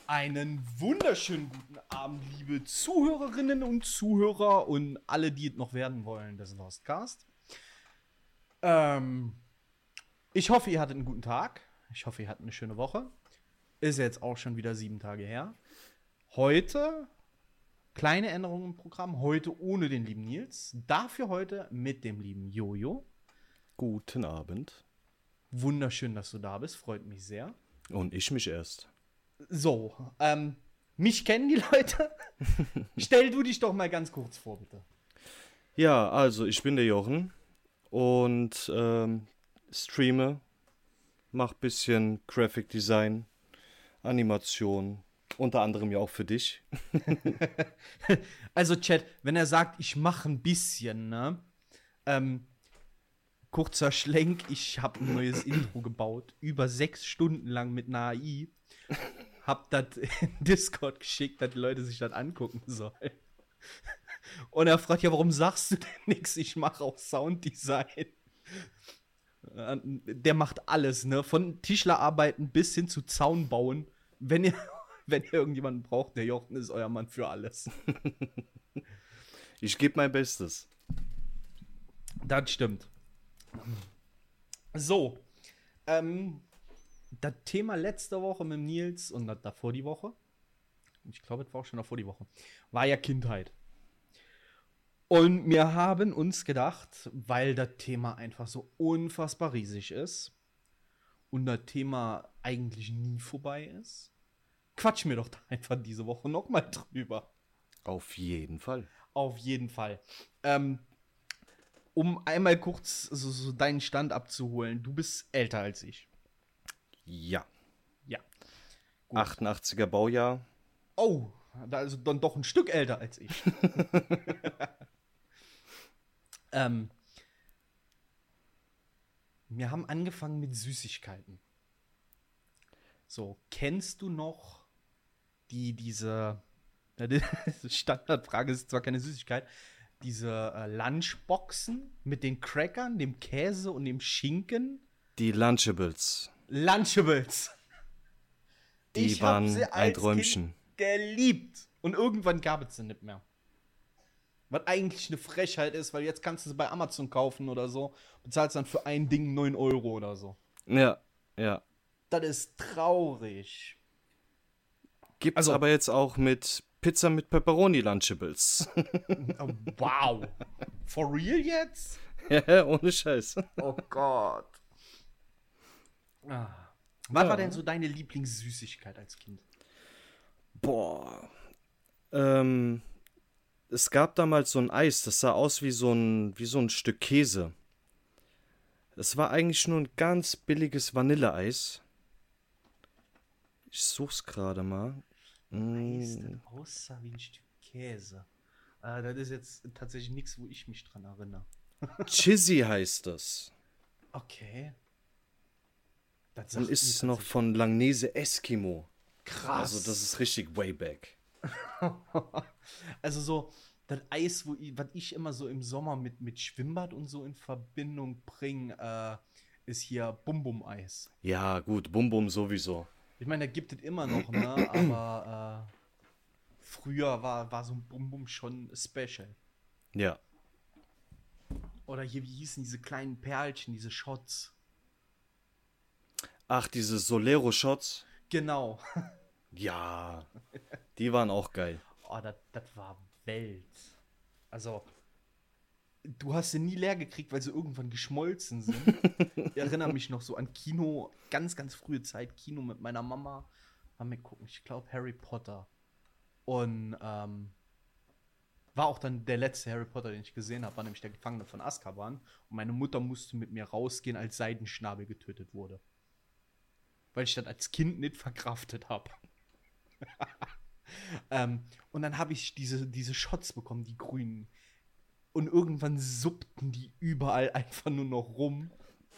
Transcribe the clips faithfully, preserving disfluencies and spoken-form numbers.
Einen wunderschönen guten Abend, liebe Zuhörerinnen und Zuhörer und alle, die es noch werden wollen, des Lostcast. Ähm, ich hoffe, ihr hattet einen guten Tag. Ich hoffe, ihr hattet eine schöne Woche. Ist jetzt auch schon wieder sieben Tage her. Heute kleine Änderung im Programm. Heute ohne den lieben Nils. Dafür heute mit dem lieben Jojo. Guten Abend. Wunderschön, dass du da bist. Freut mich sehr. Und ich mich erst. So, ähm, mich kennen die Leute. Stell du dich doch mal ganz kurz vor, bitte. Ja, also ich bin der Jochen und ähm, streame, mach bisschen Graphic Design, Animation, unter anderem ja auch für dich. Also Chat, wenn er sagt, ich mache ein bisschen, ne? Ähm, kurzer Schlenk, ich habe ein neues Intro gebaut, über sechs Stunden lang mit einer A I. Hab das in Discord geschickt, dass die Leute sich das angucken sollen. Und er fragt, ja, warum sagst du denn nichts? Ich mache auch Sounddesign. Der macht alles, ne? Von Tischlerarbeiten bis hin zu Zaun bauen. Wenn ihr, wenn ihr irgendjemanden braucht, der Jochen ist euer Mann für alles. Ich gebe mein Bestes. Das stimmt. So, ähm, das Thema letzte Woche mit Nils und das davor die Woche, ich glaube, es war auch schon davor die Woche, war ja Kindheit. Und wir haben uns gedacht, weil das Thema einfach so unfassbar riesig ist und das Thema eigentlich nie vorbei ist, quatschen wir doch da einfach diese Woche nochmal drüber. Auf jeden Fall. Auf jeden Fall. Ähm, um einmal kurz so, so deinen Stand abzuholen, du bist älter als ich. Ja. Ja. Gut. achtundachtziger Baujahr. Oh, also dann doch ein Stück älter als ich. ähm, wir haben angefangen mit Süßigkeiten. So, kennst du noch die, diese, Standardfrage ist zwar keine Süßigkeit, diese äh, Lunchboxen mit den Crackern, dem Käse und dem Schinken? Die Lunchables. Lunchables. Die ich waren sie ein Träumchen. Geliebt. Und irgendwann gab es sie nicht mehr. Was eigentlich eine Frechheit ist, weil jetzt kannst du sie bei Amazon kaufen oder so. Bezahlst dann für ein Ding neun Euro oder so. Ja, ja. Das ist traurig. Gibt's Also- aber jetzt auch mit Pizza mit Pepperoni Lunchables. Oh, wow. For real jetzt? Ja, ohne Scheiß. Oh Gott. Ah. Was Ja. war denn so deine Lieblingssüßigkeit als Kind? Boah. Ähm, es gab damals so ein Eis, das sah aus wie so ein, wie so ein Stück Käse. Es war eigentlich nur ein ganz billiges Vanilleeis. Ich such's gerade mal. Eis, Mm, das aussah wie ein Stück Käse. Äh, das ist jetzt tatsächlich nichts, wo ich mich dran erinnere. Chizzy heißt das. Okay. Das Und sagt ist mir noch von Langnese Eskimo. krass. Also das ist richtig way back. Also so, das Eis, wo ich, was ich immer so im Sommer mit, mit Schwimmbad und so in Verbindung bringe, äh, ist hier Bum-Bum-Eis. Ja, gut, Bum Bum sowieso. Ich meine, da gibt es immer noch, ne? Aber äh, früher war, war so ein Bum-Bum schon special. Ja. Oder hier, wie hießen diese kleinen Perlchen, diese Shots? Ach, diese Solero-Shots. Genau. Ja, die waren auch geil. Oh, das war Welt. Also, du hast sie nie leer gekriegt, weil sie irgendwann geschmolzen sind. Ich erinnere mich noch so an Kino, ganz, ganz frühe Zeit, Kino mit meiner Mama. Mal gucken, ich glaube Harry Potter. Und ähm, war auch dann der letzte Harry Potter, den ich gesehen habe, war nämlich der Gefangene von Azkaban. Und meine Mutter musste mit mir rausgehen, als Seidenschnabel getötet wurde. Weil ich das als Kind nicht verkraftet habe. ähm, und dann habe ich diese, diese Shots bekommen, die grünen. Und irgendwann suppten die überall einfach nur noch rum.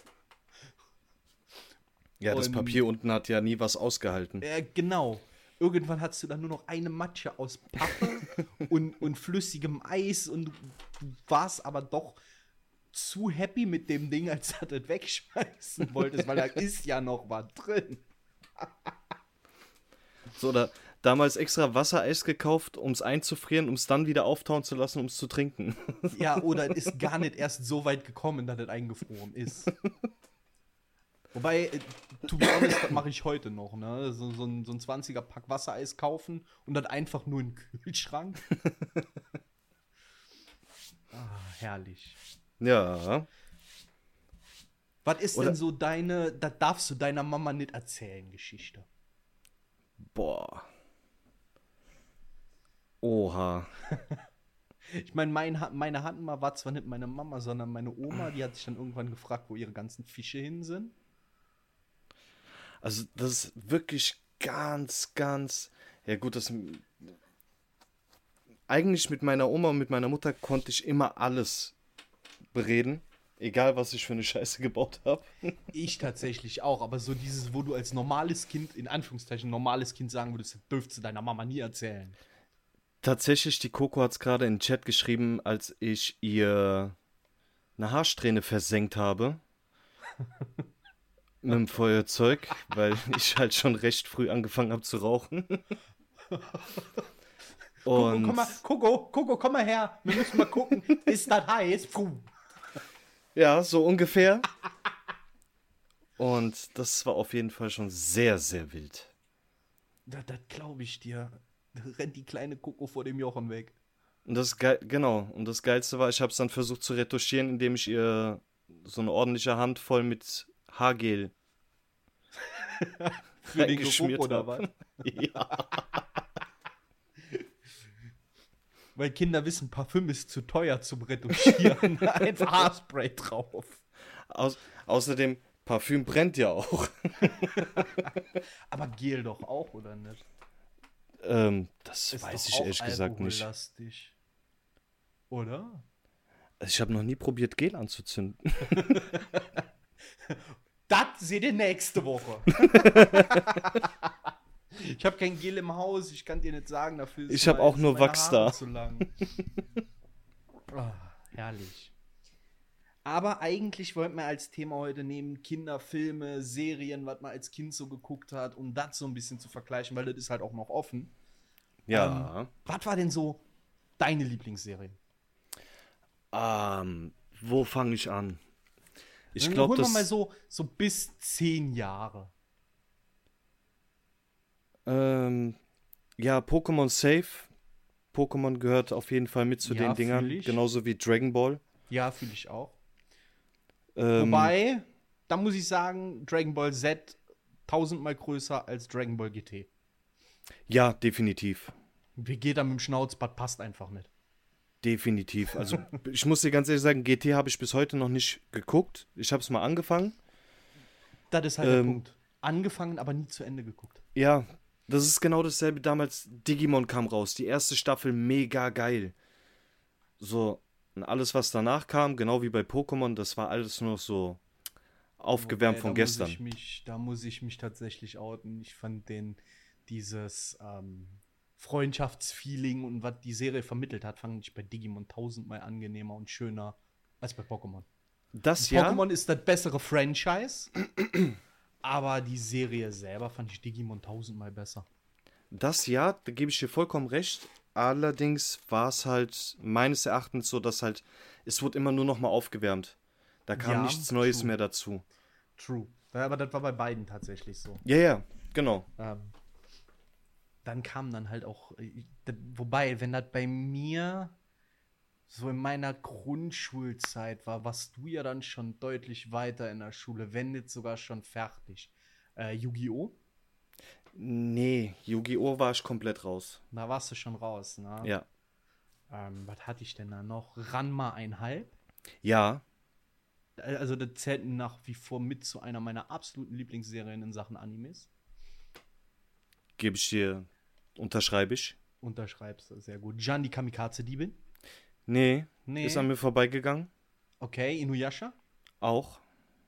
Ja, das Und- Papier unten hat ja nie was ausgehalten. Äh, genau. Irgendwann hattest du dann nur noch eine Matsche aus Pappe und, und flüssigem Eis und du warst aber doch zu happy mit dem Ding, als dass du das wegschmeißen wolltest, weil da ist ja noch was drin. So, oder damals extra Wassereis gekauft, um es einzufrieren, um es dann wieder auftauen zu lassen, um es zu trinken. Ja, oder es ist gar nicht erst so weit gekommen, dass es eingefroren ist. Wobei, äh, to be honest, das mache ich heute noch, ne? So, so ein, so ein zwanziger-Pack Wassereis kaufen und dann einfach nur in den Kühlschrank. Ah, herrlich. Ja. Was ist Oder- denn so deine, das darfst du deiner Mama nicht erzählen, Geschichte? Boah. Oha. Ich meine, mein, Ha- meine hatten mal, war zwar nicht meine Mama, sondern meine Oma, die hat sich dann irgendwann gefragt, wo ihre ganzen Fische hin sind. Also, das ist wirklich ganz, ganz. Ja, gut, das. Eigentlich mit meiner Oma und mit meiner Mutter konnte ich immer alles bereden. Egal, was ich für eine Scheiße gebaut habe. Ich tatsächlich auch, aber so dieses, wo du als normales Kind, in Anführungszeichen normales Kind sagen würdest, das dürftest du deiner Mama nie erzählen. Tatsächlich, die Coco hat es gerade in den Chat geschrieben, als ich ihr eine Haarsträhne versenkt habe. Mit dem Feuerzeug, weil ich halt schon recht früh angefangen habe zu rauchen. Coco, Und komm mal, Coco, Coco, komm mal her. Wir müssen mal gucken, ist das heiß? Puh. ja, so ungefähr. Und das war auf jeden Fall schon sehr, sehr wild. Das, das glaube ich dir. Da rennt die kleine Coco vor dem Jochen weg. Und das geil, genau. Und das Geilste war, ich habe es dann versucht zu retuschieren, indem ich ihr so eine ordentliche Handvoll mit Haargel Für den reingeschmiert Geruch oder hab. was? Ja. Weil Kinder wissen, Parfüm ist zu teuer zum Retuschieren. Einfach Haarspray drauf. Au außerdem, Parfüm brennt ja auch. Aber Gel doch auch, oder nicht? ähm, das Ist weiß doch ich auch ehrlich gesagt nicht. alkohollastig. Oder? Also ich habe noch nie probiert, Gel anzuzünden. Das seht ihr nächste Woche. Ich habe kein Gel im Haus, ich kann dir nicht sagen, dafür ist Ich hab mein- auch sind nur meine Wachs Haare da. zu lang. Ah, herrlich. Aber eigentlich wollten wir als Thema heute nehmen Kinderfilme, Serien, was man als Kind so geguckt hat, um das so ein bisschen zu vergleichen, weil das ist halt auch noch offen. Ja. Was war denn so deine Lieblingsserie? Ähm, wo fange ich an? Ich Dann glaube, holen wir das. mal so, so bis zehn Jahre. Ähm, ja, Pokémon Safe. Pokémon gehört auf jeden Fall mit zu Ja, den Dingern. fühl ich. Genauso wie Dragon Ball. Ja, fühle ich auch. Ähm, Wobei, da muss ich sagen, Dragon Ball Z tausendmal größer als Dragon Ball G T. ja, definitiv. Vegeta mit dem Schnauzbart passt einfach nicht. Definitiv. Also, ich muss dir ganz ehrlich sagen, G T habe ich bis heute noch nicht geguckt. Ich habe es mal angefangen. Das ist halt der Ähm, Punkt. Angefangen, aber nie zu Ende geguckt. Ja, das ist genau dasselbe. Damals, Digimon kam raus. Die erste Staffel mega geil. So, und alles, was danach kam, genau wie bei Pokémon, das war alles nur so aufgewärmt Wobei, von da gestern. Muss ich mich, da muss ich mich tatsächlich outen. Ich fand den, dieses ähm, Freundschaftsfeeling und was die Serie vermittelt hat, fand ich bei Digimon tausendmal angenehmer und schöner als bei Pokémon. Das ja, Pokémon ist das bessere Franchise, aber die Serie selber fand ich Digimon tausendmal besser. das ja, da gebe ich dir vollkommen recht. Allerdings war es halt meines Erachtens so, dass halt, es wurde immer nur noch mal aufgewärmt. Da kam Ja, nichts Neues true. mehr dazu. True. Ja, aber das war bei beiden tatsächlich so. Ja, ja, genau. Ähm, dann kam dann halt auch, äh, das, wobei, wenn das bei mir so in meiner Grundschulzeit war, warst du ja dann schon deutlich weiter in der Schule, wenn nicht sogar schon fertig. Äh, Yu-Gi-Oh! Nee, Yu-Gi-Oh! War ich komplett raus. Da warst du schon raus, ne? Ja. Ähm, was hatte ich denn da noch? Ranma einhalb. Ja, Also das zählt nach wie vor mit zu einer meiner absoluten Lieblingsserien in Sachen Animes. gebe ich dir, unterschreibe ich. Unterschreibst du, sehr gut. Jan, die Kamikaze-Diebin. Nee, Nee. ist an mir vorbeigegangen. Okay, Inuyasha. Auch.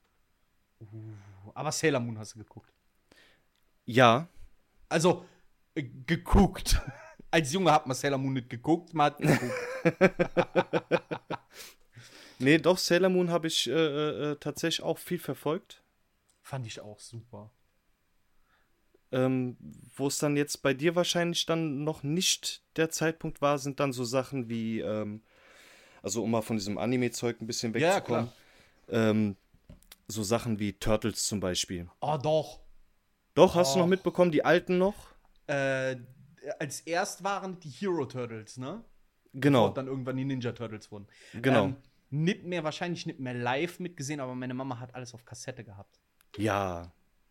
Uh, aber Sailor Moon hast du geguckt. Ja, Also, äh, geguckt. Als Junge hat man Sailor Moon nicht geguckt, man hat geguckt. nee, doch, Sailor Moon habe ich äh, äh, tatsächlich auch viel verfolgt. Fand ich auch super. Ähm, wo es dann jetzt bei dir wahrscheinlich dann noch nicht der Zeitpunkt war, sind dann so Sachen wie, ähm, also um mal von diesem Anime-Zeug ein bisschen Ja, wegzukommen, klar. ähm, so Sachen wie Turtles zum Beispiel. Oh, doch. Doch, hast du noch Doch. mitbekommen, die alten noch? Äh, als erst waren die Hero Turtles, ne? Bevor Genau, dann irgendwann die Ninja Turtles wurden. genau. Ähm, nicht mehr, wahrscheinlich nicht mehr live mitgesehen, aber meine Mama hat alles auf Kassette gehabt. Ja,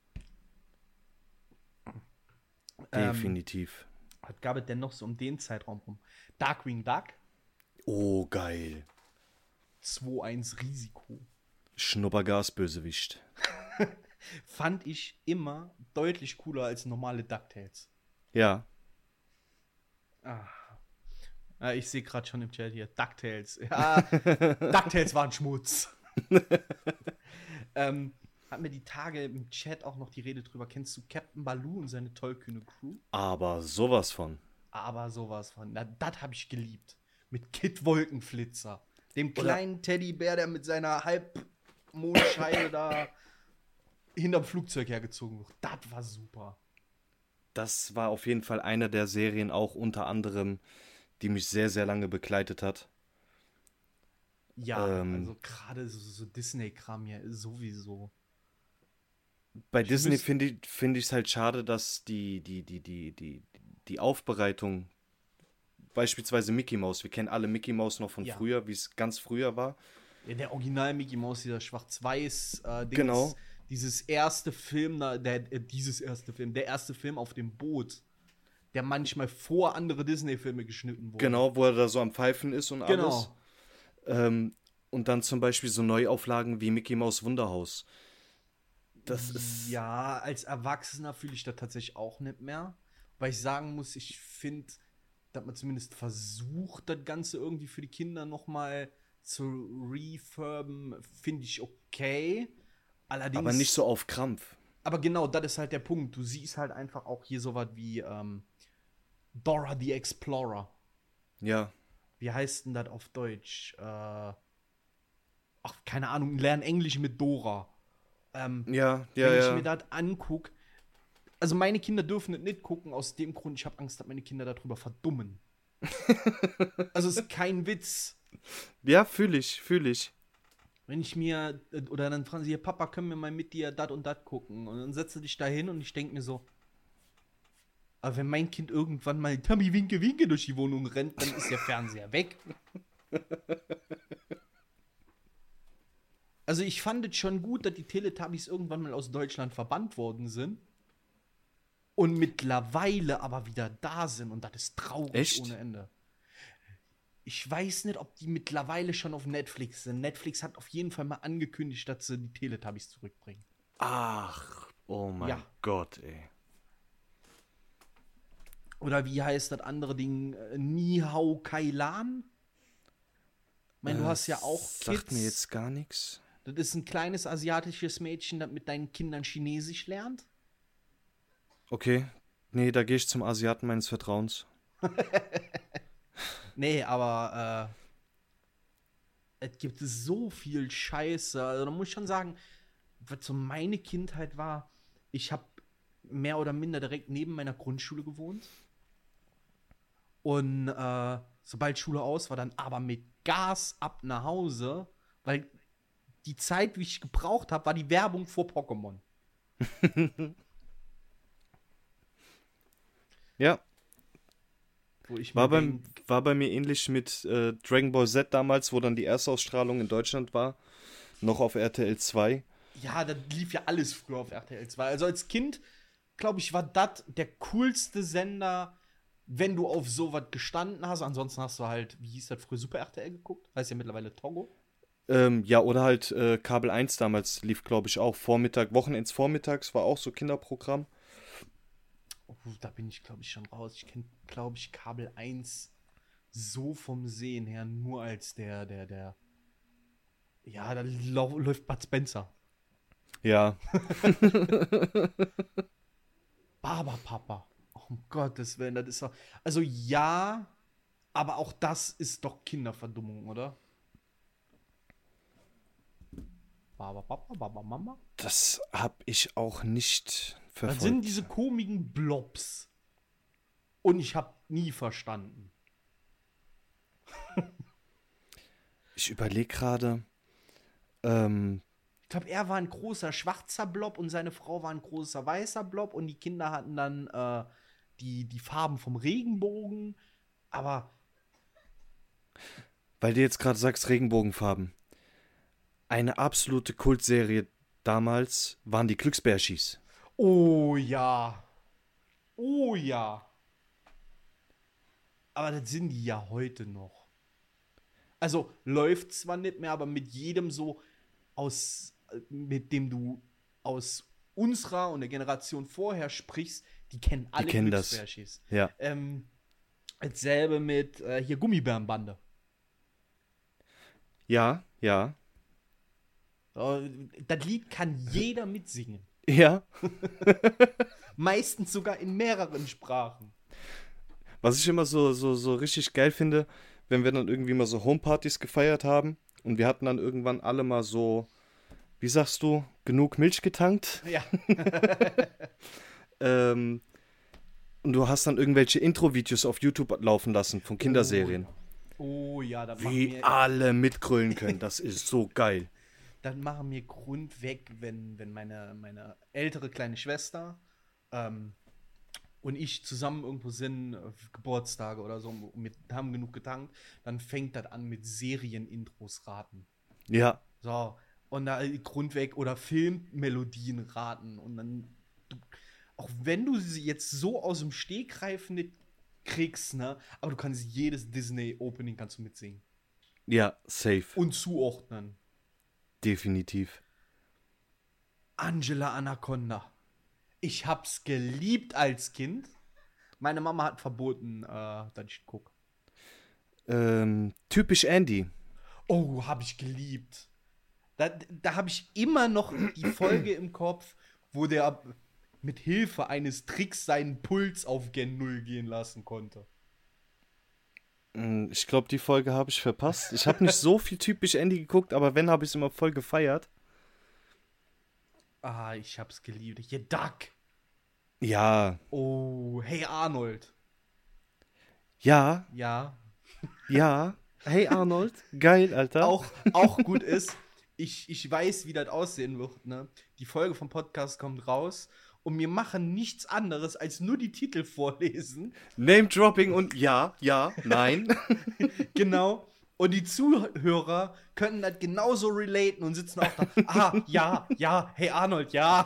Ähm, definitiv. was gab es denn noch so um den Zeitraum rum? Darkwing Duck, Oh, geil. zwei eins Risiko. Schnuppergas-Bösewicht. Fand ich immer deutlich cooler als normale DuckTales. Ja, Ah. Ah, ich sehe gerade schon im Chat hier, DuckTales. Ja, DuckTales waren Schmutz. ähm, hat mir die Tage im Chat auch noch die Rede drüber. Kennst du Captain Baloo und seine tollkühne Crew? aber sowas von. Aber sowas von. Na, das habe ich geliebt. Mit Kid Wolkenflitzer. Dem Oder- kleinen Teddybär, der mit seiner Halbmondscheibe da hinterm Flugzeug hergezogen wird. Das war super. Das war auf jeden Fall eine der Serien auch unter anderem, die mich sehr, sehr lange begleitet hat. Ja, Ähm, also gerade so, so Disney-Kram ja sowieso. Bei Ich Disney müsst- finde ich finde ich es halt schade, dass die, die, die, die, die, die Aufbereitung, beispielsweise Mickey Mouse, wir kennen alle Mickey Mouse noch von Ja. früher, wie es ganz früher war. Ja, der Original Mickey Mouse, dieser schwarz-weiß äh, Dings, Genau. dieses erste Film, na, der, äh, dieses erste Film, der erste Film auf dem Boot, der manchmal vor andere Disney-Filme geschnitten wurde. Genau, wo er da so am Pfeifen ist und alles. Genau. Ähm, und dann zum Beispiel so Neuauflagen wie Mickey Mouse Wunderhaus. Das ist. Ja, als Erwachsener fühle ich das tatsächlich auch nicht mehr. Weil ich sagen muss, ich finde, dass man zumindest versucht, das Ganze irgendwie für die Kinder nochmal zu refurben, finde ich okay. Allerdings. Aber nicht so auf Krampf. Aber genau, das ist halt der Punkt. Du siehst halt einfach auch hier sowas wie ähm, Dora the Explorer. Ja. Wie heißt denn das auf Deutsch? Äh, ach, keine Ahnung, lernen Englisch mit Dora. Ähm, Ja, ja, wenn ich ja. mir das angucke, also meine Kinder dürfen das nicht gucken, aus dem Grund, ich habe Angst, dass meine Kinder darüber verdummen. Also es ist kein Witz. Ja, fühle ich, fühle ich. Wenn ich mir, äh, oder dann fragen sie, Papa, können wir mal mit dir dat und dat gucken? Und dann setze dich da hin und ich denke mir so, aber wenn mein Kind irgendwann mal Tammy Winke Winke durch die Wohnung rennt, dann ist der Fernseher weg. Also ich fand es schon gut, dass die Teletubbies irgendwann mal aus Deutschland verbannt worden sind. Und mittlerweile aber wieder da sind. Und das ist traurig Echt? ohne Ende. Ich weiß nicht, ob die mittlerweile schon auf Netflix sind. Netflix hat auf jeden Fall mal angekündigt, dass sie die Teletubbies zurückbringen. Ach, oh mein Ja. Gott, ey. Oder wie heißt das andere Ding? Äh, Nihao Kailan? Ich meine, du Äh, hast ja auch Kids. Sagt mir jetzt gar nichts. Das ist ein kleines asiatisches Mädchen, das mit deinen Kindern Chinesisch lernt. Okay. Nee, da gehe ich zum Asiaten meines Vertrauens. Nee, aber äh, es gibt so viel Scheiße. Also da muss ich schon sagen, was so meine Kindheit war, ich habe mehr oder minder direkt neben meiner Grundschule gewohnt. Und äh, sobald Schule aus war, dann aber mit Gas ab nach Hause, weil die Zeit, wie ich gebraucht habe, war die Werbung vor Pokémon. Ja, Wo ich war, mir beim, denk, war bei mir ähnlich mit äh, Dragon Ball Z damals, wo dann die Erstausstrahlung in Deutschland war. Noch auf R T L zwei. ja, da lief ja alles früher auf R T L zwei. Also als Kind, glaube ich, war das der coolste Sender, wenn du auf sowas gestanden hast. Ansonsten hast du halt, wie hieß das früher, Super R T L geguckt? Heißt ja mittlerweile Togo. Ähm, ja, oder halt äh, Kabel eins damals lief, glaube ich, auch Vormittag, Wochenends vormittags, war auch so Kinderprogramm. Oh, da bin ich, glaube ich, schon raus. Ich kenne, glaube ich, Kabel eins so vom Sehen her nur als der, der, der. Ja, da lau- läuft Bud Spencer. Ja, Barberpapa. Oh, um Gottes Willen, das ist doch. Also ja, aber auch das ist doch Kinderverdummung, oder? Das hab ich auch nicht Das verfolgt. sind diese komischen Blobs. Und ich hab nie verstanden. Ich überlege gerade. Ähm, Ich glaube, er war ein großer schwarzer Blob und seine Frau war ein großer weißer Blob und die Kinder hatten dann äh, die, die Farben vom Regenbogen. Aber weil du jetzt gerade sagst, Regenbogenfarben. Eine absolute Kultserie damals waren die Glücksbärschis. oh ja. Oh ja. Aber das sind die ja heute noch. Also läuft zwar nicht mehr, aber mit jedem so aus, mit dem du aus unserer und der Generation vorher sprichst, die kennen alle kennen das. Glücksbärschis. Ja. Ähm, dasselbe mit äh, hier Gummibärenbande. Ja, ja. Äh, das Lied kann jeder mitsingen. Ja. Meistens sogar in mehreren Sprachen. Was ich immer so, so, so richtig geil finde, wenn wir dann irgendwie mal so Homepartys gefeiert haben und wir hatten dann irgendwann alle mal so, wie sagst du, genug Milch getankt. Ja. ähm, und du hast dann irgendwelche Intro-Videos auf YouTube laufen lassen von Kinderserien. Oh ja, das machen Wie mir, alle mitgrölen können, das ist so geil. das machen mir Grund weg, wenn, wenn meine, meine ältere kleine Schwester ähm, und ich zusammen irgendwo sind, äh, Geburtstage oder so, und mit, haben genug getankt, dann fängt das an mit Serienintros raten. Ja, So, und da äh, Grund weg oder Filmmelodien raten und dann, du, auch wenn du sie jetzt so aus dem Stegreif nicht kriegst, ne, aber du kannst jedes Disney-Opening kannst du mitsingen ja, safe, und zuordnen. definitiv. Angela Anaconda. Ich hab's geliebt als Kind. Meine Mama hat verboten, äh, dass ich guck. Ähm, typisch Andy. Oh, hab ich geliebt. Da, da habe ich immer noch die Folge im Kopf, wo der mit Hilfe eines Tricks seinen Puls auf Gen null gehen lassen konnte. Ich glaube, die Folge habe ich verpasst. Ich habe nicht so viel typisch Andy geguckt, aber wenn, habe ich es immer voll gefeiert. Ah, ich hab's geliebt. Hier, Duck. Ja, Oh, hey Arnold. ja, Ja. ja. Hey Arnold, geil, Alter. Auch, auch gut ist, ich, ich weiß, wie das aussehen wird. Ne? Die Folge vom Podcast kommt raus und wir machen nichts anderes, als nur die Titel vorlesen. Name-Dropping und ja, ja, nein. Genau. Und die Zuhörer können das genauso relaten und sitzen auch da. Ah, ja, ja, hey Arnold, ja.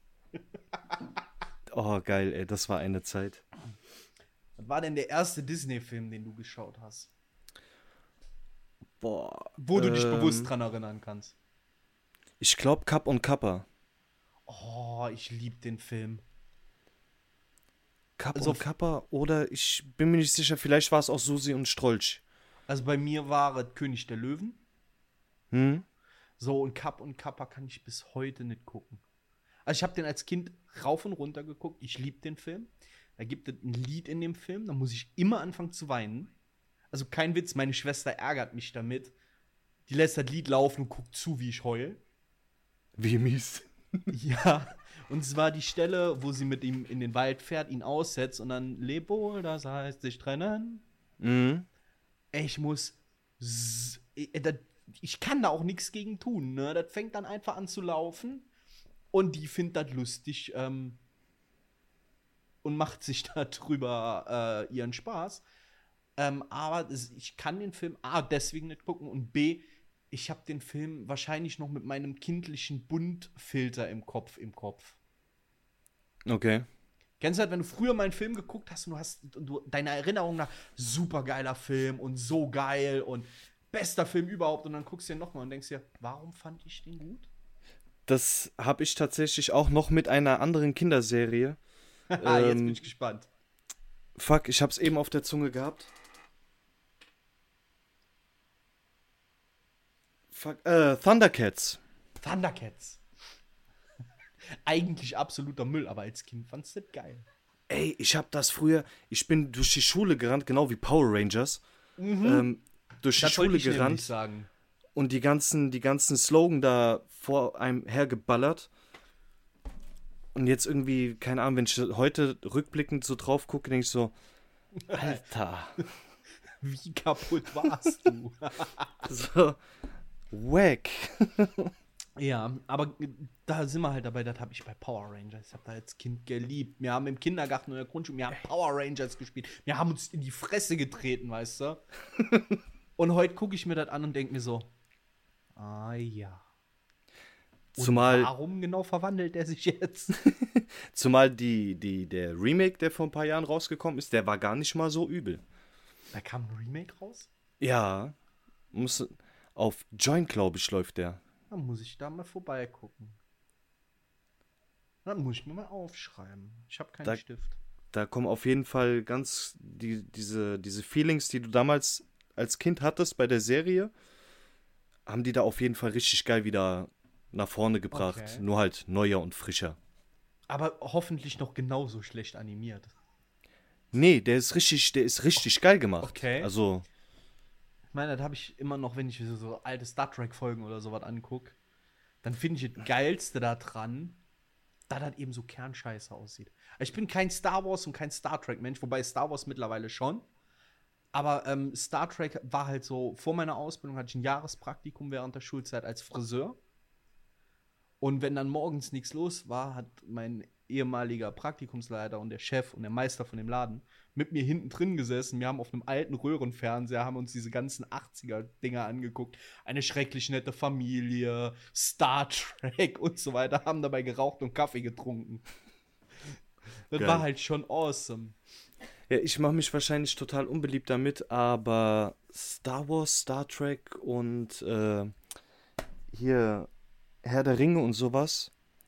Oh, geil, ey, das war eine Zeit. Was war denn der erste Disney-Film, den du geschaut hast? Boah. Wo du dich ähm, bewusst dran erinnern kannst. Ich glaube, Kapp und Kappa. Oh, ich lieb den Film. Kapp Also- und Kappa oder ich bin mir nicht sicher, vielleicht war es auch Susi und Strolch. Also bei mir war es König der Löwen. Hm? So, und Kapp und Kappa kann ich bis heute nicht gucken. Also ich habe den als Kind rauf und runter geguckt. Ich lieb den Film. Da gibt es ein Lied in dem Film, da muss ich immer anfangen zu weinen. Also kein Witz, meine Schwester ärgert mich damit. Die lässt das Lied laufen und guckt zu, wie ich heul. Wie mies. Ja, und zwar die Stelle, wo sie mit ihm in den Wald fährt, ihn aussetzt und dann leb wohl, das heißt sich trennen. Mhm. Ey, ich muss. s- äh, das- Ich kann da auch nichts gegen tun, ne? Das fängt dann einfach an zu laufen und die findet das lustig ähm, und macht sich darüber äh, ihren Spaß. Ähm, aber das, ich kann den Film A deswegen nicht gucken und B, ich habe den Film wahrscheinlich noch mit meinem kindlichen Buntfilter im Kopf im Kopf. Okay. Kennst du halt, wenn du früher mal einen Film geguckt hast und du hast du, deine Erinnerung nach super geiler Film und so geil und bester Film überhaupt und dann guckst du den nochmal und denkst dir, warum fand ich den gut? Das habe ich tatsächlich auch noch mit einer anderen Kinderserie. Ah, jetzt Ähm, bin ich gespannt. Fuck, ich hab's eben auf der Zunge gehabt. Fuck, äh, Thundercats. Thundercats. Eigentlich absoluter Müll, aber als Kind fandst du das geil. Ey, ich hab das früher, ich bin durch die Schule gerannt, genau wie Power Rangers. Ähm, durch die Das wollte Schule ich nämlich gerannt sagen. und die ganzen, die ganzen Slogan da vor einem hergeballert. Und jetzt irgendwie, keine Ahnung, wenn ich heute rückblickend so drauf gucke, denke ich so, Alter. Wie kaputt warst du? So, wack. Ja, aber da sind wir halt dabei, das habe ich bei Power Rangers. Ich habe da als Kind geliebt. Wir haben im Kindergarten und in der Grundschule, wir haben Power Rangers gespielt. Wir haben uns in die Fresse getreten, weißt du? Und heute gucke ich mir das an und denke mir so, ah ja. Und Zumal, warum genau verwandelt er sich jetzt? zumal die, die, der Remake, der vor ein paar Jahren rausgekommen ist, der war gar nicht mal so übel. Da kam ein Remake raus? Ja, muss, auf Join, glaube ich, läuft der. Dann muss ich da mal vorbeigucken. Dann muss ich mir mal aufschreiben. Ich habe keinen Da- Stift. Da kommen auf jeden Fall ganz die, diese, diese Feelings, die du damals als Kind hattest bei der Serie, haben die da auf jeden Fall richtig geil wieder nach vorne gebracht. Okay. Nur halt neuer und frischer. Aber hoffentlich noch genauso schlecht animiert. Nee, der ist richtig, der ist richtig geil gemacht. Okay. Also, Ich meine, das habe ich immer noch, wenn ich so, so alte Star Trek-Folgen oder sowas angucke. Dann finde ich das Geilste da dran, da das eben so Kernscheiße aussieht. Ich bin kein Star Wars und kein Star Trek-Mensch, wobei Star Wars mittlerweile schon. Aber ähm, Star Trek war halt so, vor meiner Ausbildung hatte ich ein Jahrespraktikum während der Schulzeit als Friseur. Und wenn dann morgens nichts los war, hat mein ehemaliger Praktikumsleiter und der Chef und der Meister von dem Laden mit mir hinten drin gesessen. Wir haben auf einem alten Röhrenfernseher, haben uns diese ganzen achtziger-Dinger angeguckt. Eine schrecklich nette Familie, Star Trek und so weiter, haben dabei geraucht und Kaffee getrunken. Das Geil. war halt schon awesome. ja, ich mache mich wahrscheinlich total unbeliebt damit, aber Star Wars, Star Trek und äh, hier Herr der Ringe und sowas,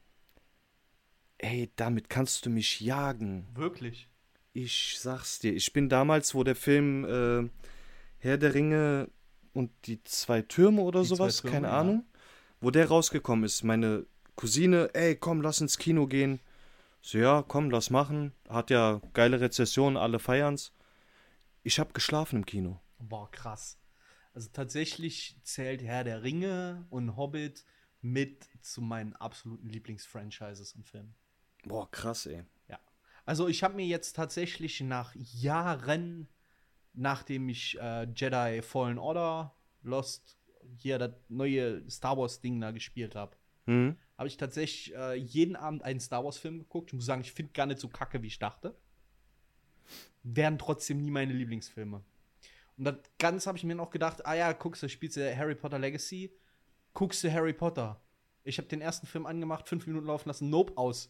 ey, damit kannst du mich jagen. Wirklich. Ich sag's dir, ich bin damals, wo der Film äh, Herr der Ringe und die zwei Türme oder Die zwei sowas, Türme, keine ja. Ahnung, wo der rausgekommen ist, meine Cousine, ey, komm, lass ins Kino gehen. So, ja, komm, lass machen. Hat ja geile Rezessionen, alle feiern's. Ich hab geschlafen im Kino. Boah, krass. Also tatsächlich zählt Herr der Ringe und Hobbit mit zu meinen absoluten Lieblingsfranchises und Filmen. Boah, krass, ey. Ja. Also ich habe mir jetzt tatsächlich nach Jahren, nachdem ich äh, Jedi Fallen Order, Lost, hier das neue Star Wars Ding da gespielt habe, Hm? habe ich tatsächlich äh, jeden Abend einen Star Wars Film geguckt. Ich muss sagen, ich finde gar nicht so kacke, wie ich dachte. Wären trotzdem nie meine Lieblingsfilme. Und das Ganze habe ich mir noch gedacht, ah ja, guckst du, spielst du Harry Potter Legacy, guckst du Harry Potter. Ich habe den ersten Film angemacht, fünf Minuten laufen lassen, nope, aus.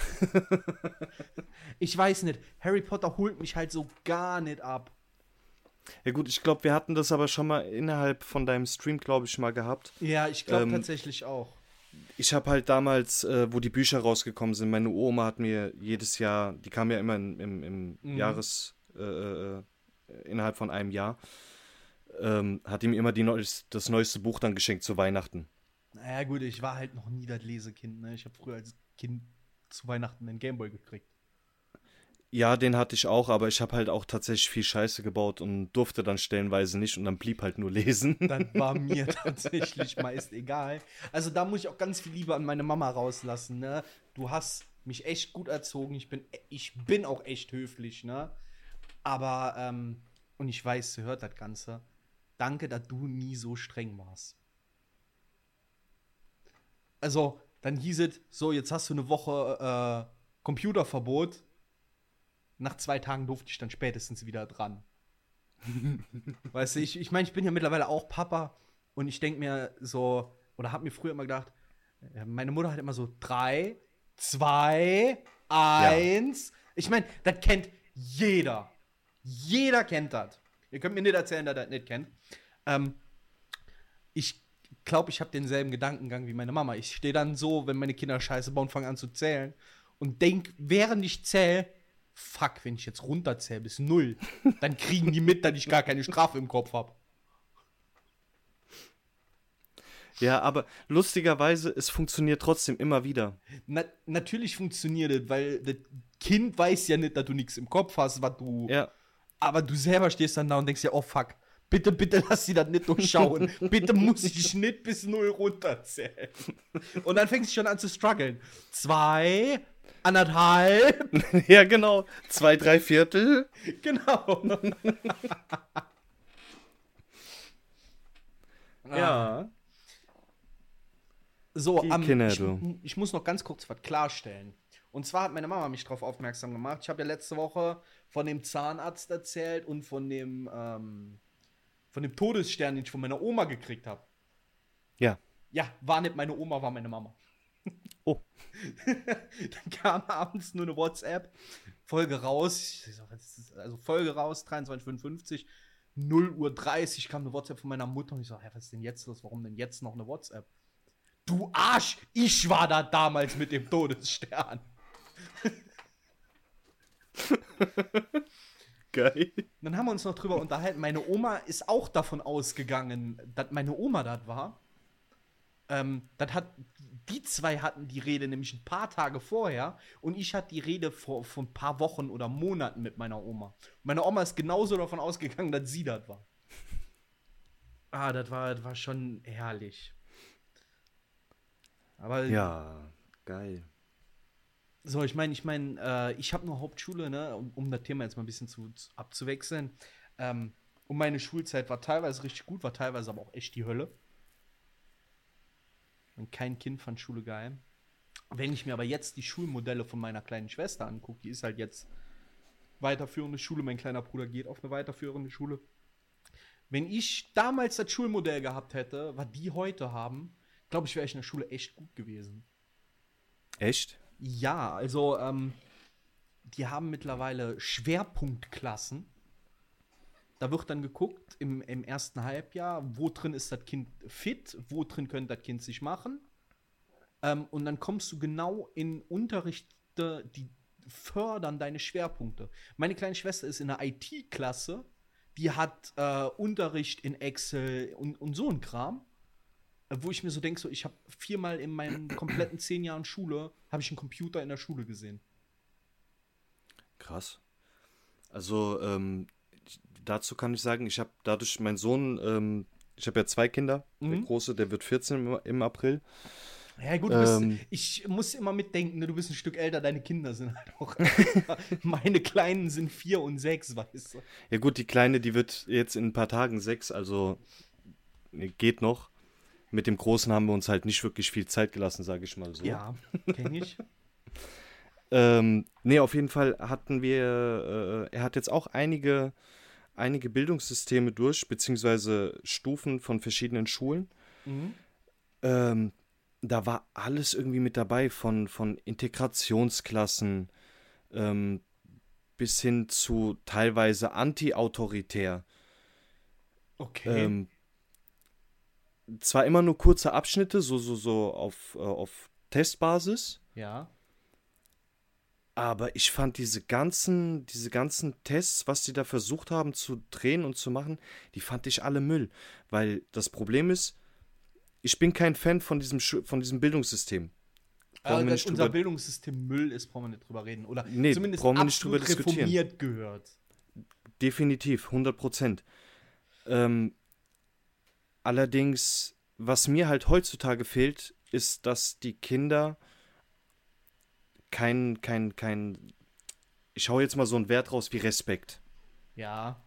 Ich weiß nicht, Harry Potter holt mich halt so gar nicht ab. Ja gut, ich glaube, wir hatten das aber schon mal innerhalb von deinem Stream, glaube ich, mal gehabt. Ja, ich glaube Ähm, tatsächlich auch. Ich habe halt damals, äh, wo die Bücher rausgekommen sind, meine Oma hat mir jedes Jahr, die kam ja immer in, im, im Mhm. Jahres, äh, äh, innerhalb von einem Jahr, ähm, hat ihm immer die neues, das neueste Buch dann geschenkt zu Weihnachten. Naja gut, ich war halt noch nie das Lesekind, ne? Ich habe früher als Kind zu Weihnachten einen Gameboy gekriegt. Ja, den hatte ich auch, aber ich habe halt auch tatsächlich viel Scheiße gebaut und durfte dann stellenweise nicht und dann blieb halt nur lesen. Dann war mir tatsächlich meist egal. Also da muss ich auch ganz viel Liebe an meine Mama rauslassen, ne? Du hast mich echt gut erzogen. Ich bin, ich bin auch echt höflich, ne? Aber, ähm, und ich weiß, sie hört das Ganze. Danke, dass du nie so streng warst. Also, dann hieß es, so, jetzt hast du eine Woche äh, Computerverbot. Nach zwei Tagen durfte ich dann spätestens wieder dran. Weißt du, ich, ich meine, ich bin ja mittlerweile auch Papa und ich denke mir so, oder habe mir früher immer gedacht, äh, meine Mutter hat immer so drei, zwei, eins. Ich meine, das kennt jeder. Jeder kennt das. Ihr könnt mir nicht erzählen, dass ihr das nicht kennt. Ähm, ich glaube, ich habe denselben Gedankengang wie meine Mama. Ich stehe dann so, wenn meine Kinder Scheiße bauen, fange an zu zählen und denk, während ich zähle, fuck, wenn ich jetzt runterzähle bis null, dann kriegen die mit, dass ich gar keine Strafe im Kopf habe. Ja, aber lustigerweise, es funktioniert trotzdem immer wieder. Na, natürlich funktioniert das, weil das Kind weiß ja nicht, dass du nichts im Kopf hast, was du. Ja, Aber du selber stehst dann da und denkst ja, oh fuck, Bitte, bitte lass sie das nicht durchschauen. Bitte muss ich nicht bis null runterzählen. Und dann fängt sie schon an zu strugglen. Zwei, anderthalb. Ja, genau. Zwei, drei Viertel. Genau. Ja. So, Die am, Kinder, ich, du. ich muss noch ganz kurz was klarstellen. Und zwar hat meine Mama mich darauf aufmerksam gemacht. Ich habe ja letzte Woche von dem Zahnarzt erzählt und von dem, ähm, von dem Todesstern, den ich von meiner Oma gekriegt habe. Ja. Ja, war nicht meine Oma, war meine Mama. Oh. Dann kam abends nur eine WhatsApp, Folge raus, ich so, was ist, also Folge raus, dreiundzwanzig Uhr fünfundfünfzig, null Uhr dreißig kam eine WhatsApp von meiner Mutter und ich so, hey, was ist denn jetzt los, warum denn jetzt noch eine WhatsApp? Du Arsch, ich war da damals mit dem Todesstern. Geil. Dann haben wir uns noch drüber unterhalten, meine Oma ist auch davon ausgegangen, dass meine Oma das war. Ähm, das hat, die zwei hatten die Rede nämlich ein paar Tage vorher und ich hatte die Rede vor, vor ein paar Wochen oder Monaten mit meiner Oma. Meine Oma ist genauso davon ausgegangen, dass sie das war. Ah, das war, das war schon herrlich. Aber Ja, geil. so, ich meine, ich meine, äh, ich habe nur Hauptschule, ne, um, um das Thema jetzt mal ein bisschen zu, zu, abzuwechseln. Ähm, und meine Schulzeit war teilweise richtig gut, war teilweise aber auch echt die Hölle. Und kein Kind fand Schule geil. Wenn ich mir aber jetzt die Schulmodelle von meiner kleinen Schwester angucke, die ist halt jetzt weiterführende Schule, mein kleiner Bruder geht auf eine weiterführende Schule. Wenn ich damals das Schulmodell gehabt hätte, was die heute haben, glaube ich, wäre ich in der Schule echt gut gewesen. Echt? Ja, also, ähm, die haben mittlerweile Schwerpunktklassen. Da wird dann geguckt im, im ersten Halbjahr, wo drin ist das Kind fit, wo drin könnte das Kind sich machen. Ähm, und dann kommst du genau in Unterrichte, die fördern deine Schwerpunkte. Meine kleine Schwester ist in der I T-Klasse, die hat äh, Unterricht in Excel und, und so ein Kram. Wo ich mir so denke, so, ich habe viermal in meinen kompletten zehn Jahren Schule, habe ich einen Computer in der Schule gesehen. Krass. Also, ähm, dazu kann ich sagen, ich habe dadurch, mein Sohn, ähm, ich habe ja zwei Kinder. Mhm. Der Große, der wird vierzehn im, im April. Ja gut, du ähm, bist, ich muss immer mitdenken, ne? Du bist ein Stück älter, deine Kinder sind halt auch. Meine Kleinen sind vier und sechs, weißt du. Ja gut, die Kleine, die wird jetzt in ein paar Tagen sechs, also geht noch. Mit dem Großen haben wir uns halt nicht wirklich viel Zeit gelassen, sage ich mal so. Ja, kenn ich. ähm, nee, auf jeden Fall hatten wir, äh, er hat jetzt auch einige, einige Bildungssysteme durch, beziehungsweise Stufen von verschiedenen Schulen. Mhm. Ähm, da war alles irgendwie mit dabei, von, von Integrationsklassen ähm, bis hin zu teilweise anti-autoritär. Okay. Ähm, zwar immer nur kurze Abschnitte, so, so, so auf, äh, auf Testbasis. Ja. Aber ich fand diese ganzen, diese ganzen Tests, was die da versucht haben zu drehen und zu machen, die fand ich alle Müll. Weil das Problem ist, ich bin kein Fan von diesem, von diesem Bildungssystem. Also, dass unser drüber... Bildungssystem Müll ist, brauchen wir nicht drüber reden. Oder nee, zumindest brauchen wir nicht drüber reformiert diskutieren. Gehört. Definitiv, hundert Prozent. Ähm, allerdings, was mir halt heutzutage fehlt, ist, dass die Kinder kein, kein, kein, ich hau jetzt mal so einen Wert raus wie Respekt. Ja.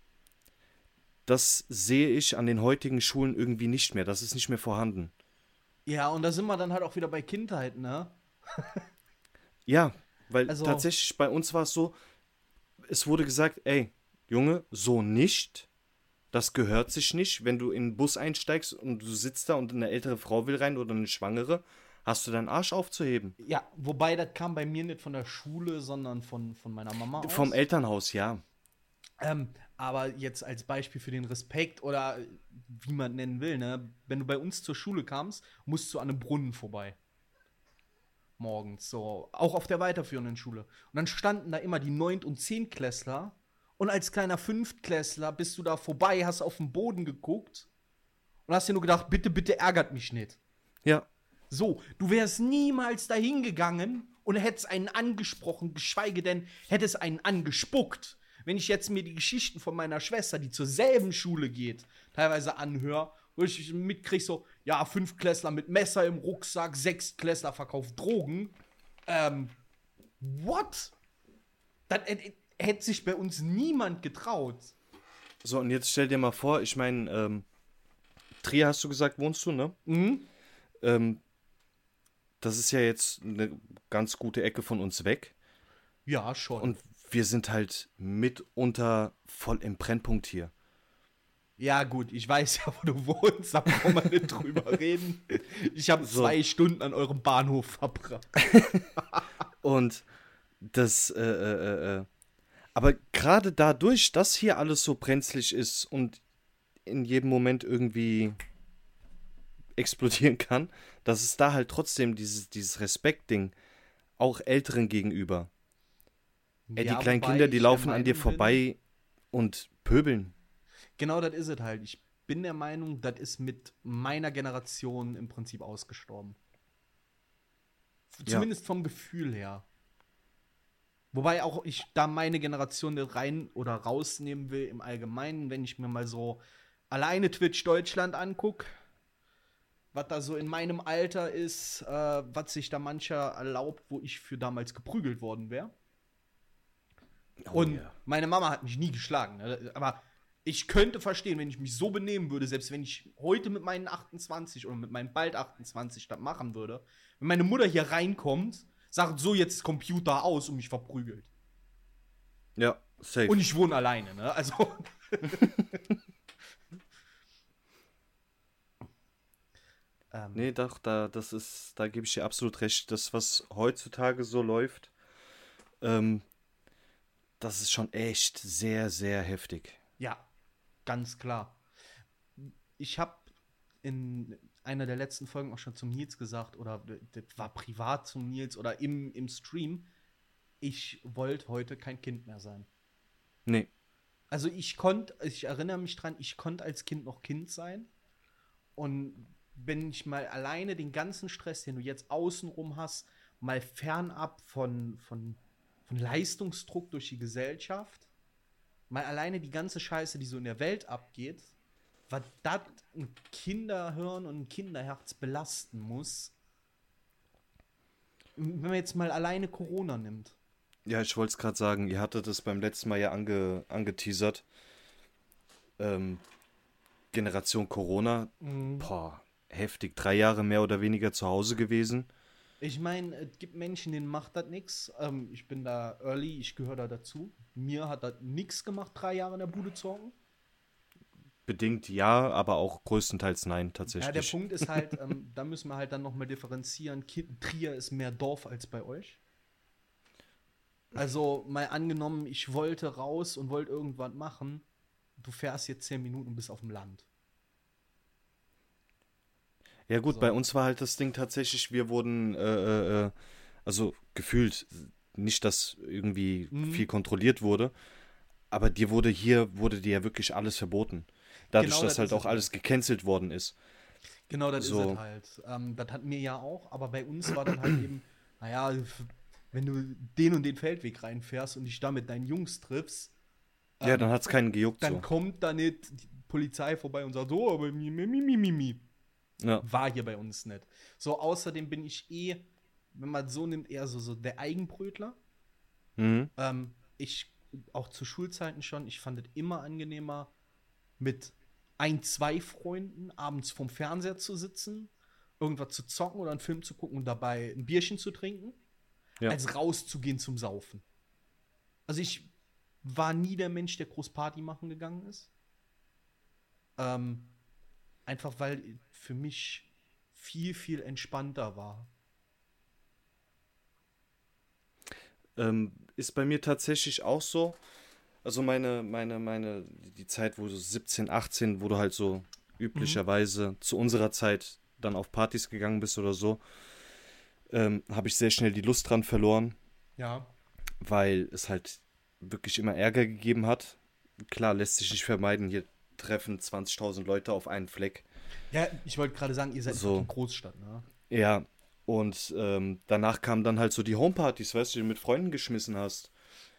Das sehe ich an den heutigen Schulen irgendwie nicht mehr. Das ist nicht mehr vorhanden. Ja, und da sind wir dann halt auch wieder bei Kindheit, ne? Ja, weil also, tatsächlich bei uns war es so, es wurde gesagt, ey, Junge, so nicht. Das gehört sich nicht. Wenn du in den Bus einsteigst und du sitzt da und eine ältere Frau will rein oder eine Schwangere, hast du deinen Arsch aufzuheben. Ja, wobei das kam bei mir nicht von der Schule, sondern von, von meiner Mama aus. Vom Elternhaus, ja. Ähm, aber jetzt als Beispiel für den Respekt oder wie man nennen will, ne? Wenn du bei uns zur Schule kamst, musst du an einem Brunnen vorbei. Morgens, so. Auch auf der weiterführenden Schule. Und dann standen da immer die Neunt- und Zehntklässler. Und als kleiner Fünftklässler bist du da vorbei, hast auf den Boden geguckt und hast dir nur gedacht, bitte, bitte ärgert mich nicht. Ja. So, du wärst niemals dahin gegangen und hättest einen angesprochen, geschweige denn hättest einen angespuckt. Wenn ich jetzt mir die Geschichten von meiner Schwester, die zur selben Schule geht, teilweise anhöre, wo ich mitkriege so, ja, Fünftklässler mit Messer im Rucksack, Sechstklässler verkauft Drogen. Ähm, what? Das äh, hätte sich bei uns niemand getraut. So, und jetzt stell dir mal vor, ich meine, ähm, Trier hast du gesagt, wohnst du, ne? Mhm. Ähm, das ist ja jetzt eine ganz gute Ecke von uns weg. Ja, schon. Und wir sind halt mitunter voll im Brennpunkt hier. Ja, gut, ich weiß ja, wo du wohnst, da brauchen wir nicht drüber reden. Ich habe So. zwei Stunden an eurem Bahnhof verbracht. Und das, äh, äh, äh, aber gerade dadurch, dass hier alles so brenzlig ist und in jedem Moment irgendwie explodieren kann, dass es da halt trotzdem dieses, dieses Respektding auch Älteren gegenüber. Ey, die Ja, kleinen wobei Kinder, die ich laufen der an dir Meinung vorbei und pöbeln. Genau, das ist es halt. Ich bin der Meinung, das ist mit meiner Generation im Prinzip ausgestorben. F- Ja. Zumindest vom Gefühl her. Wobei auch ich da meine Generation nicht rein oder rausnehmen will im Allgemeinen, wenn ich mir mal so alleine Twitch Deutschland angucke, was da so in meinem Alter ist, äh, was sich da mancher erlaubt, wo ich für damals geprügelt worden wäre. Oh, Und ja. meine Mama hat mich nie geschlagen. Ne? Aber ich könnte verstehen, wenn ich mich so benehmen würde, selbst wenn ich heute mit meinen achtundzwanzig oder mit meinen bald achtundzwanzig das machen würde, wenn meine Mutter hier reinkommt, sagt so jetzt Computer aus und mich verprügelt. Ja, safe. Und ich wohne alleine, ne? Also. ähm, Nee, doch, da, das ist, da gebe ich dir absolut recht. Das, was heutzutage so läuft, ähm, das ist schon echt sehr, sehr heftig. Ja, ganz klar. Ich habe in einer der letzten Folgen auch schon zum Nils gesagt, oder das war privat zum Nils oder im, im Stream, ich wollte heute kein Kind mehr sein. Nee. Also ich konnte, ich erinnere mich dran, ich konnte als Kind noch Kind sein. Und wenn ich mal alleine den ganzen Stress, den du jetzt außenrum hast, mal fernab von, von, von Leistungsdruck durch die Gesellschaft, mal alleine die ganze Scheiße, die so in der Welt abgeht, was das ein Kinderhirn und ein Kinderherz belasten muss, wenn man jetzt mal alleine Corona nimmt. Ja, ich wollte es gerade sagen, ihr hattet es beim letzten Mal ja ange, angeteasert. Ähm, Generation Corona, Mhm. boah, heftig. Drei Jahre mehr oder weniger zu Hause gewesen. Ich meine, es gibt Menschen, denen macht das nichts. Ähm, ich bin da early, ich gehöre da dazu. Mir hat das nichts gemacht, drei Jahre in der Bude zu hocken. Bedingt ja, aber auch größtenteils nein, Ja, tatsächlich. der Punkt ist halt, ähm, da müssen wir halt dann nochmal differenzieren. Ki- Trier ist mehr Dorf als bei euch. Also mal angenommen, ich wollte raus und wollte irgendwas machen. Du fährst jetzt zehn Minuten und bist auf dem Land. Ja gut, So. bei uns war halt das Ding tatsächlich, wir wurden, äh, äh, also gefühlt, nicht, dass irgendwie Mhm. viel kontrolliert wurde, aber dir wurde hier, wurde dir ja wirklich alles verboten. Dadurch, Genau, dass das halt ist auch es alles gecancelt worden ist. Genau, das So. ist es halt. Ähm, das hat mir ja auch, aber bei uns war dann halt eben, naja, f- wenn du den und den Feldweg reinfährst und dich da mit deinen Jungs triffst, Ja, ähm, dann hat's keinen gejuckt dann so. kommt da nicht die Polizei vorbei und sagt, oh, aber mi, mi, mi, mi, mi, mi. Ja. War hier bei uns nicht. So, außerdem bin ich eh, wenn man so nimmt, eher so, so der Eigenbrötler. Mhm. Ähm, ich, auch zu Schulzeiten schon, ich fand es immer angenehmer, mit ein, zwei Freunden abends vorm Fernseher zu sitzen, irgendwas zu zocken oder einen Film zu gucken und dabei ein Bierchen zu trinken, Ja. als rauszugehen zum Saufen. Also ich war nie der Mensch, der groß Party machen gegangen ist. Ähm, einfach weil für mich viel, viel entspannter war. Ähm, ist bei mir tatsächlich auch so. Also meine, meine, meine, die Zeit, wo du siebzehn, achtzehn, wo du halt so üblicherweise zu unserer Zeit dann auf Partys gegangen bist oder so, ähm, habe ich sehr schnell die Lust dran verloren, Ja. weil es halt wirklich immer Ärger gegeben hat. Klar, lässt sich nicht vermeiden, hier treffen zwanzigtausend Leute auf einen Fleck. Ja, ich wollte gerade sagen, ihr seid So. in Großstadt, ne? Ja, und ähm, danach kamen dann halt so die Homepartys, weißt du, die du mit Freunden geschmissen hast.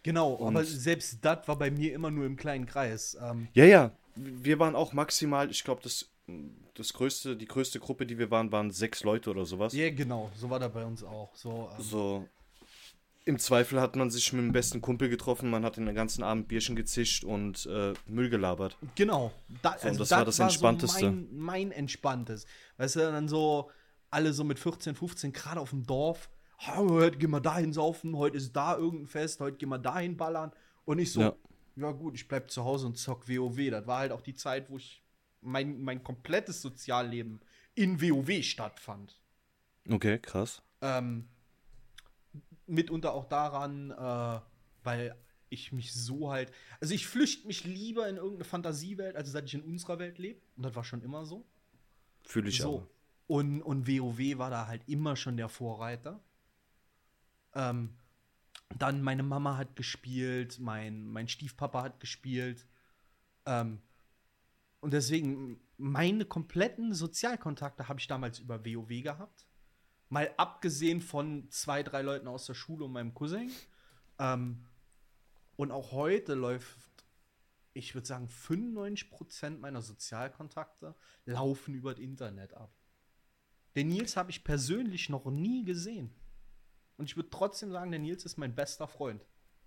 Genau, Und aber selbst das war bei mir immer nur im kleinen Kreis. Ähm, ja, ja, wir waren auch maximal, ich glaube, das, das größte, die größte Gruppe, die wir waren, waren sechs Leute oder sowas. ja, genau, so war das bei uns auch. So, ähm, So, im Zweifel hat man sich mit dem besten Kumpel getroffen, man hat den ganzen Abend Bierchen gezischt und äh, Müll gelabert. genau, da, So, und also das das war das war Entspannteste. so mein, mein Entspanntes. Weißt du, dann so alle so mit vierzehn, fünfzehn gerade auf dem Dorf. "Ah, heute gehen wir dahin saufen, heute ist da irgendein Fest, heute gehen wir dahin ballern. Und ich so, Ja. ja gut, ich bleib zu Hause und zock WoW. Das war halt auch die Zeit, wo ich mein, mein komplettes Sozialleben in WoW stattfand. Okay, krass. Ähm, mitunter auch daran, äh, weil ich mich so halt. Also ich flüchte mich lieber in irgendeine Fantasiewelt, als dass ich in unserer Welt lebe. Und das war schon immer so. Fühle ich aber. So. Und, und WoW war da halt immer schon der Vorreiter. Ähm, dann meine Mama hat gespielt, mein, mein Stiefpapa hat gespielt. Ähm, und deswegen, meine kompletten Sozialkontakte habe ich damals über WoW gehabt. Mal abgesehen von zwei, drei Leuten aus der Schule und meinem Cousin. Ähm, und auch heute läuft, ich würde sagen, fünfundneunzig Prozent meiner Sozialkontakte laufen über das Internet ab. Den Nils habe ich persönlich noch nie gesehen. Und ich würde trotzdem sagen, der Nils ist mein bester Freund.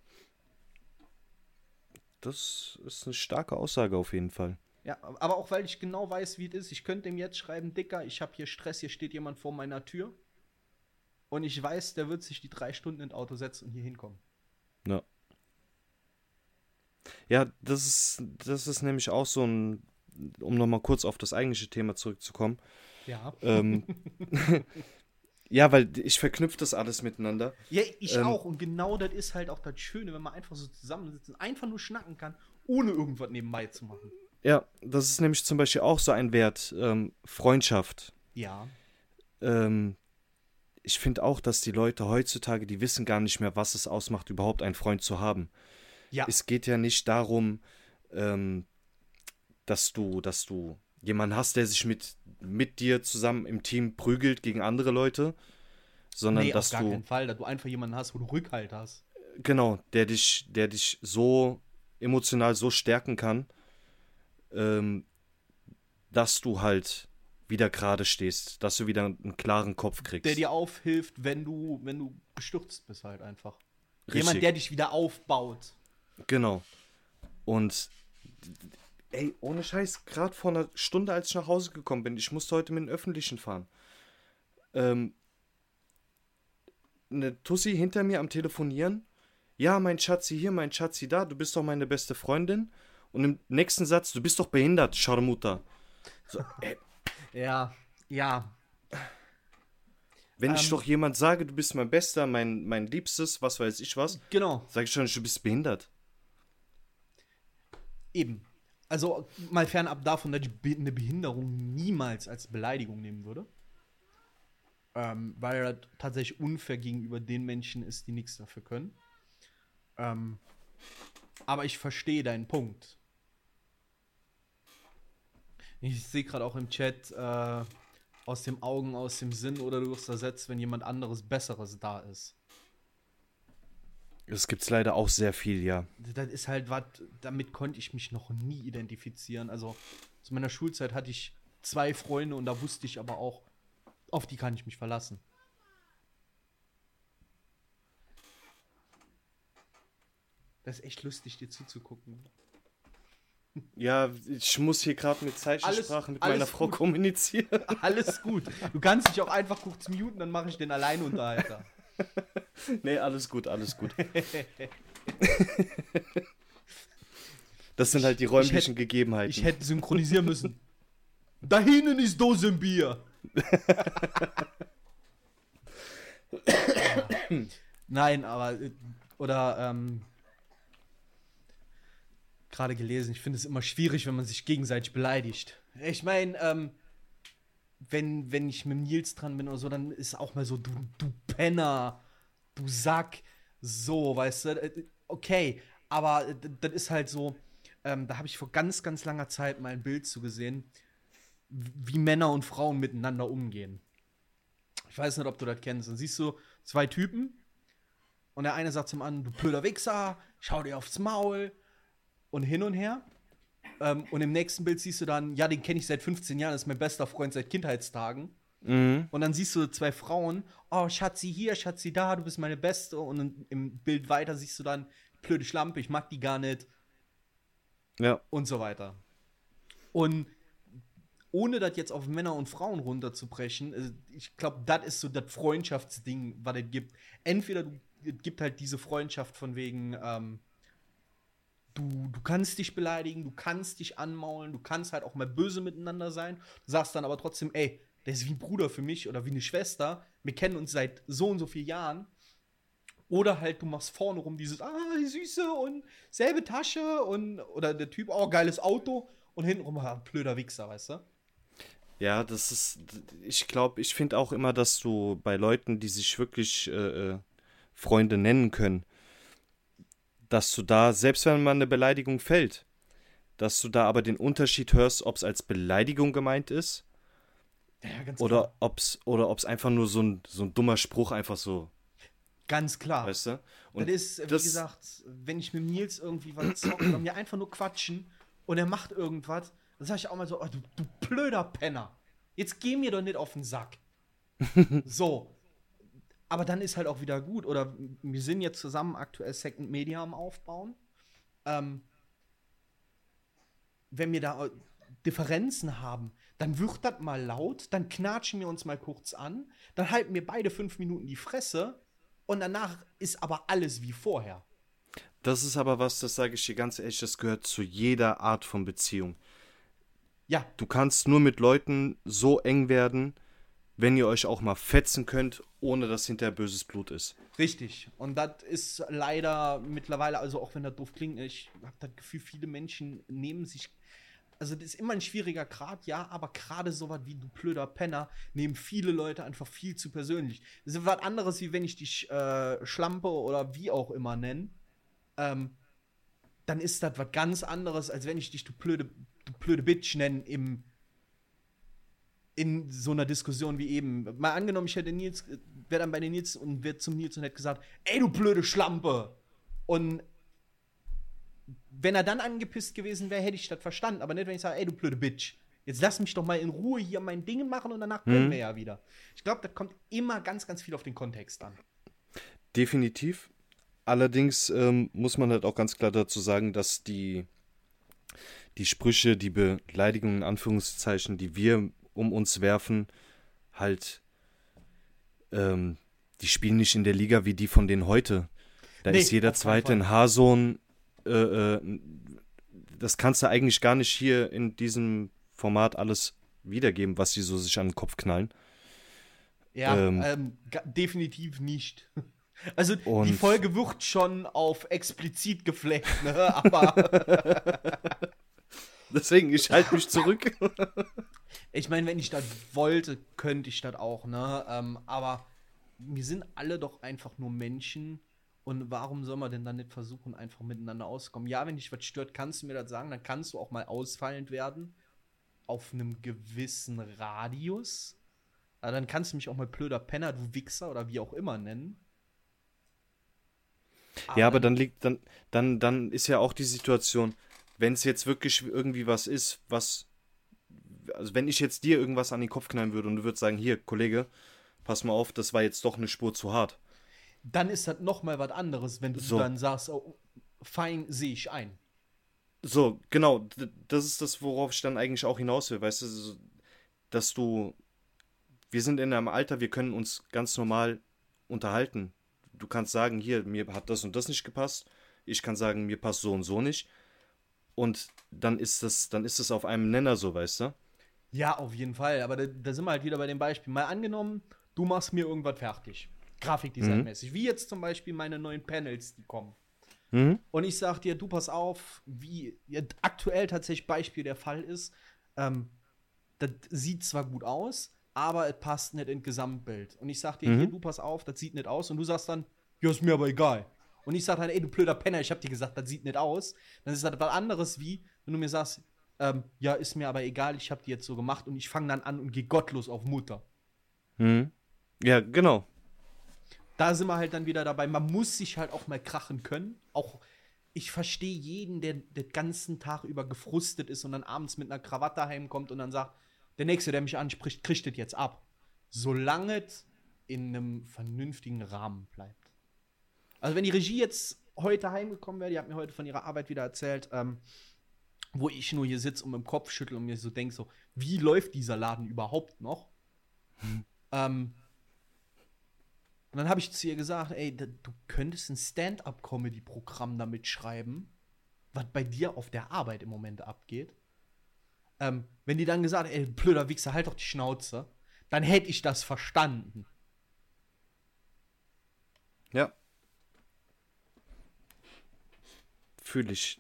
Das ist eine starke Aussage auf jeden Fall. Ja, aber auch weil ich genau weiß, wie es ist. Ich könnte ihm jetzt schreiben, Dicker, ich habe hier Stress, hier steht jemand vor meiner Tür. Und ich weiß, der wird sich die drei Stunden ins Auto setzen und hier hinkommen. Ja. Ja, das ist, das ist nämlich auch so ein, um nochmal kurz auf das eigentliche Thema zurückzukommen. Ja. Ähm, ja, weil ich verknüpfe das alles miteinander. Ja, ich Ähm, auch. Und genau das ist halt auch das Schöne, wenn man einfach so zusammensitzt und einfach nur schnacken kann, ohne irgendwas nebenbei zu machen. Ja, das ist nämlich zum Beispiel auch so ein Wert, ähm, Freundschaft. Ja. Ähm, ich finde auch, dass die Leute heutzutage, die wissen gar nicht mehr, was es ausmacht, überhaupt einen Freund zu haben. Ja. Es geht ja nicht darum, ähm, dass du, dass du jemanden hast, der sich mit, mit dir zusammen im Team prügelt gegen andere Leute, sondern Nee, auf dass gar du, keinen Fall, dass du einfach jemanden hast, wo du Rückhalt hast. genau, der dich, der dich so emotional so stärken kann, ähm, dass du halt wieder gerade stehst, dass du wieder einen klaren Kopf kriegst. Der dir aufhilft, wenn du, wenn du gestürzt bist halt einfach. Richtig. Jemand, der dich wieder aufbaut. Genau. Und ey, ohne Scheiß, gerade vor einer Stunde, als ich nach Hause gekommen bin, ich musste heute mit dem Öffentlichen fahren. Ähm, eine Tussi hinter mir am Telefonieren. Ja, mein Schatzi hier, mein Schatzi da, du bist doch meine beste Freundin. Und im nächsten Satz, du bist doch behindert, Scharmutter. So, ey, Ja, ja. wenn Ähm, ich doch jemand sage, du bist mein Bester, mein, mein Liebstes, was weiß ich was, Genau, sage ich schon, du bist behindert. eben. Also mal fernab davon, dass ich be- eine Behinderung niemals als Beleidigung nehmen würde. Ähm, weil das tatsächlich unfair gegenüber den Menschen ist, die nichts dafür können. Ähm, aber ich verstehe deinen Punkt. Ich sehe gerade auch im Chat, äh, aus dem Augen, aus dem Sinn oder du wirst ersetzt, wenn jemand anderes Besseres da ist. Das gibt's leider auch sehr viel, ja. Das ist halt was, damit konnte ich mich noch nie identifizieren. Also zu meiner Schulzeit hatte ich zwei Freunde und da wusste ich aber auch, auf die kann ich mich verlassen. Das ist echt lustig, dir zuzugucken. Ja, ich muss hier gerade mit Zeichensprache mit alles meiner Frau gut. kommunizieren. Alles gut. Du kannst dich auch einfach kurz muten, dann mache ich den Alleinunterhalter. Nee, alles gut, alles gut. Das sind halt die räumlichen ich hätt, Gegebenheiten. Ich hätte synchronisieren müssen. Da hinten ist Dosenbier. Nein, aber oder ähm, gerade gelesen, ich finde es immer schwierig, wenn man sich gegenseitig beleidigt. Ich meine, ähm, wenn, wenn ich mit Nils dran bin oder so, dann ist auch mal so, du, du Penner, du Sack, so, weißt du, okay, aber das ist halt so, ähm, da habe ich vor ganz, ganz langer Zeit mal ein Bild zu gesehen, wie Männer und Frauen miteinander umgehen. Ich weiß nicht, ob du das kennst. Dann siehst du zwei Typen, Und der eine sagt zum anderen, du blöder Wichser, schau dir aufs Maul und hin und her. Ähm, und im nächsten Bild siehst du dann, ja, den kenne ich seit fünfzehn Jahren, das ist mein bester Freund seit Kindheitstagen. Mhm. Und dann siehst du zwei Frauen, oh, Schatzi hier, Schatzi da, du bist meine Beste. Und dann im Bild weiter siehst du dann, blöde Schlampe, ich mag die gar nicht. Ja. Und so weiter. Und ohne das jetzt auf Männer und Frauen runterzubrechen, also ich glaube, das ist so das Freundschaftsding, was es gibt. Entweder du, es gibt halt diese Freundschaft von wegen, ähm, du, du kannst dich beleidigen, du kannst dich anmaulen, du kannst halt auch mal böse miteinander sein. Du sagst dann aber trotzdem, ey, der ist wie ein Bruder für mich oder wie eine Schwester. Wir kennen uns seit so und so vielen Jahren. Oder halt, du machst vorne rum dieses, ah, die Süße und selbe Tasche und, oder der Typ, oh, geiles Auto und hintenrum, ah, blöder Wichser, weißt du? Ja, das ist, ich glaube, ich finde auch immer, dass du bei Leuten, die sich wirklich äh, äh, Freunde nennen können, dass du da, selbst wenn mal eine Beleidigung fällt, dass du da aber den Unterschied hörst, ob es als Beleidigung gemeint ist Ja, ganz oder klar. ob es oder ob's einfach nur so ein, so ein dummer Spruch einfach so, Ganz klar. weißt du? Und das ist, wie das, gesagt, wenn ich mit Nils irgendwie was zocke oder mir einfach nur quatschen und er macht irgendwas, dann sag ich auch mal so, oh, du, du blöder Penner. Jetzt geh mir doch nicht auf den Sack. So. Aber dann ist halt auch wieder gut. Oder wir sind jetzt zusammen aktuell Second Media am Aufbauen. Ähm, wenn wir da Differenzen haben, dann wird das mal laut, dann knatschen wir uns mal kurz an, dann halten wir beide fünf Minuten die Fresse und danach ist aber alles wie vorher. Das ist aber was, das sage ich dir ganz ehrlich, das gehört zu jeder Art von Beziehung. Ja. Du kannst nur mit Leuten so eng werden, wenn ihr euch auch mal fetzen könnt, ohne dass hinterher böses Blut ist. Richtig. Und das ist leider mittlerweile, also auch wenn das doof klingt, ich habe das Gefühl, viele Menschen nehmen sich, also das ist immer ein schwieriger Grad, ja, aber gerade sowas wie du blöder Penner nehmen viele Leute einfach viel zu persönlich. Das ist was anderes, wie wenn ich dich äh, Schlampe oder wie auch immer nenne. Ähm, dann ist das was ganz anderes, als wenn ich dich du blöde, du blöde Bitch nenne im in so einer Diskussion wie eben. Mal angenommen, ich hätte Nils, wäre dann bei den Nils und wäre zum Nils und hätte gesagt, ey, du blöde Schlampe. Und wenn er dann angepisst gewesen wäre, hätte ich das verstanden. Aber nicht, wenn ich sage, ey, du blöde Bitch. Jetzt lass mich doch mal in Ruhe hier mein Ding machen und danach können Mhm. wir ja wieder. Ich glaube, das kommt immer ganz, ganz viel auf den Kontext an. Definitiv. Allerdings ähm, muss man halt auch ganz klar dazu sagen, dass die, die Sprüche, die Beleidigungen in Anführungszeichen, die wir um uns werfen, halt, ähm, die spielen nicht in der Liga wie die von denen heute. Da Nee, ist jeder auf keinen Zweite Fall. ein Haarsohn. Äh, äh, das kannst du eigentlich gar nicht hier in diesem Format alles wiedergeben, was sie so sich an den Kopf knallen. Ja, Ähm. ähm, ga- definitiv nicht. Also, die Und- Folge wird schon auf explizit gefleckt, ne? Aber Deswegen, ich halte mich zurück. ich meine, wenn ich das wollte, könnte ich das auch, ne? Ähm, aber wir sind alle doch einfach nur Menschen. Und warum soll man denn dann nicht versuchen, einfach miteinander auszukommen? Ja, wenn dich was stört, kannst du mir das sagen. Dann kannst du auch mal ausfallend werden. Auf einem gewissen Radius. Aber dann kannst du mich auch mal blöder Penner, du Wichser oder wie auch immer nennen. Ja, aber dann liegt, dann, dann, dann ist ja auch die Situation, wenn es jetzt wirklich irgendwie was ist, was, also wenn ich jetzt dir irgendwas an den Kopf knallen würde und du würdest sagen, hier, Kollege, pass mal auf, das war jetzt doch eine Spur zu hart. Dann ist das noch mal was anderes, wenn du So. dann sagst, oh, fein, sehe ich ein. So, genau, d- das ist das, worauf ich dann eigentlich auch hinaus will, weißt du, so, dass du, wir sind in einem Alter, wir können uns ganz normal unterhalten. Du kannst sagen, hier, mir hat das und das nicht gepasst. Ich kann sagen, mir passt so und so nicht. Und dann ist das, dann ist das auf einem Nenner so, weißt du? Ja, auf jeden Fall. Aber da, da sind wir halt wieder bei dem Beispiel. Mal angenommen, du machst mir irgendwas fertig. Grafikdesignmäßig. Wie jetzt zum Beispiel meine neuen Panels, die kommen. Mhm. Und ich sag dir, du pass auf, wie ja, aktuell tatsächlich Beispiel der Fall ist, ähm, das sieht zwar gut aus, aber es passt nicht ins Gesamtbild. Und ich sag dir, Mhm. hier, du pass auf, das sieht nicht aus. Und du sagst dann, ja, ist mir aber egal. Und ich sag dann, ey, du blöder Penner, ich hab dir gesagt, das sieht nicht aus. Dann ist das was anderes wie, wenn du mir sagst, ähm, ja, ist mir aber egal, ich hab die jetzt so gemacht und ich fange dann an und gehe gottlos auf Mutter. Mhm. Ja, genau. da sind wir halt dann wieder dabei, man muss sich halt auch mal krachen können. Auch ich verstehe jeden, der den ganzen Tag über gefrustet ist und dann abends mit einer Krawatte heimkommt und dann sagt, der Nächste, der mich anspricht, kriegt das jetzt ab. Solange es in einem vernünftigen Rahmen bleibt. Also wenn die Regie jetzt heute heimgekommen wäre, die hat mir heute von ihrer Arbeit wieder erzählt, ähm, wo ich nur hier sitze und mit dem Kopf schüttel und mir so denke, so, wie läuft dieser Laden überhaupt noch? Hm. Ähm, und dann habe ich zu ihr gesagt, ey, da, du könntest ein Stand-up-Comedy-Programm damit schreiben, was bei dir auf der Arbeit im Moment abgeht. Ähm, wenn die dann gesagt, ey, blöder Wichser, halt doch die Schnauze, dann hätte ich das verstanden. Ja. Fühle ich.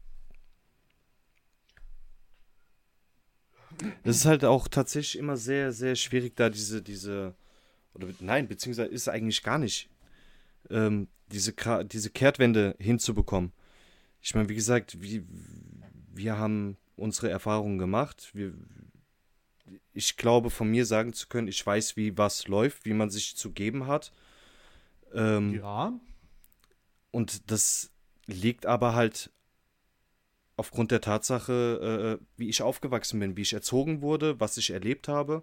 Das ist halt auch tatsächlich immer sehr, sehr schwierig, da diese, diese, oder nein, beziehungsweise ist es eigentlich gar nicht, ähm, diese, diese Kehrtwende hinzubekommen. Ich meine, wie gesagt, wir, wir haben unsere Erfahrungen gemacht. Wir, ich glaube, von mir sagen zu können, ich weiß, wie was läuft, wie man sich zu geben hat. Ähm, ja. Und das liegt aber halt aufgrund der Tatsache, äh, wie ich aufgewachsen bin, wie ich erzogen wurde, was ich erlebt habe.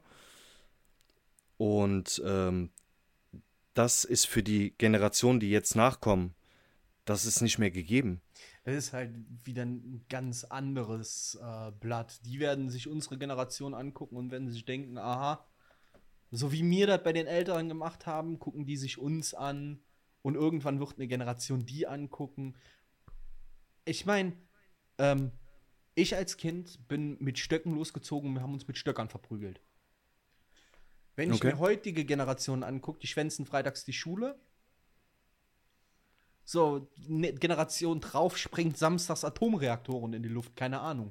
Und ähm, das ist für die Generationen, die jetzt nachkommen, das ist nicht mehr gegeben. Es ist halt wieder ein ganz anderes äh, Blatt. Die werden sich unsere Generation angucken und werden sich denken, aha, so wie wir das bei den Älteren gemacht haben, gucken die sich uns an und irgendwann wird eine Generation die angucken. Ich meine, ähm, ich als Kind bin mit Stöcken losgezogen und wir haben uns mit Stöckern verprügelt. Wenn ich Okay. mir heutige Generationen angucke, die schwänzen freitags die Schule. So, eine Generation drauf springt samstags Atomreaktoren in die Luft, keine Ahnung.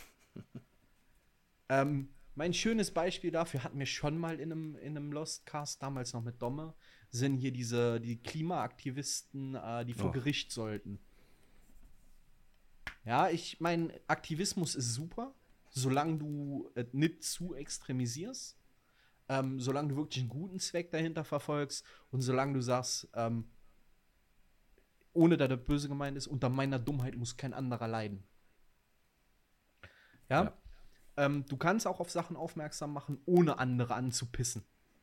ähm, mein schönes Beispiel dafür hatten wir schon mal in einem, in einem Lostcast, damals noch mit Domme, sind hier diese die Klimaaktivisten, äh, die vor Oh. Gericht sollten. Ja, ich meine, Aktivismus ist super, solange du es nicht zu extremisierst, ähm, solange du wirklich einen guten Zweck dahinter verfolgst und solange du sagst, ähm, ohne dass das böse gemeint ist, unter meiner Dummheit muss kein anderer leiden. Ja? Ja. Ähm, du kannst auch auf Sachen aufmerksam machen, ohne andere anzupissen.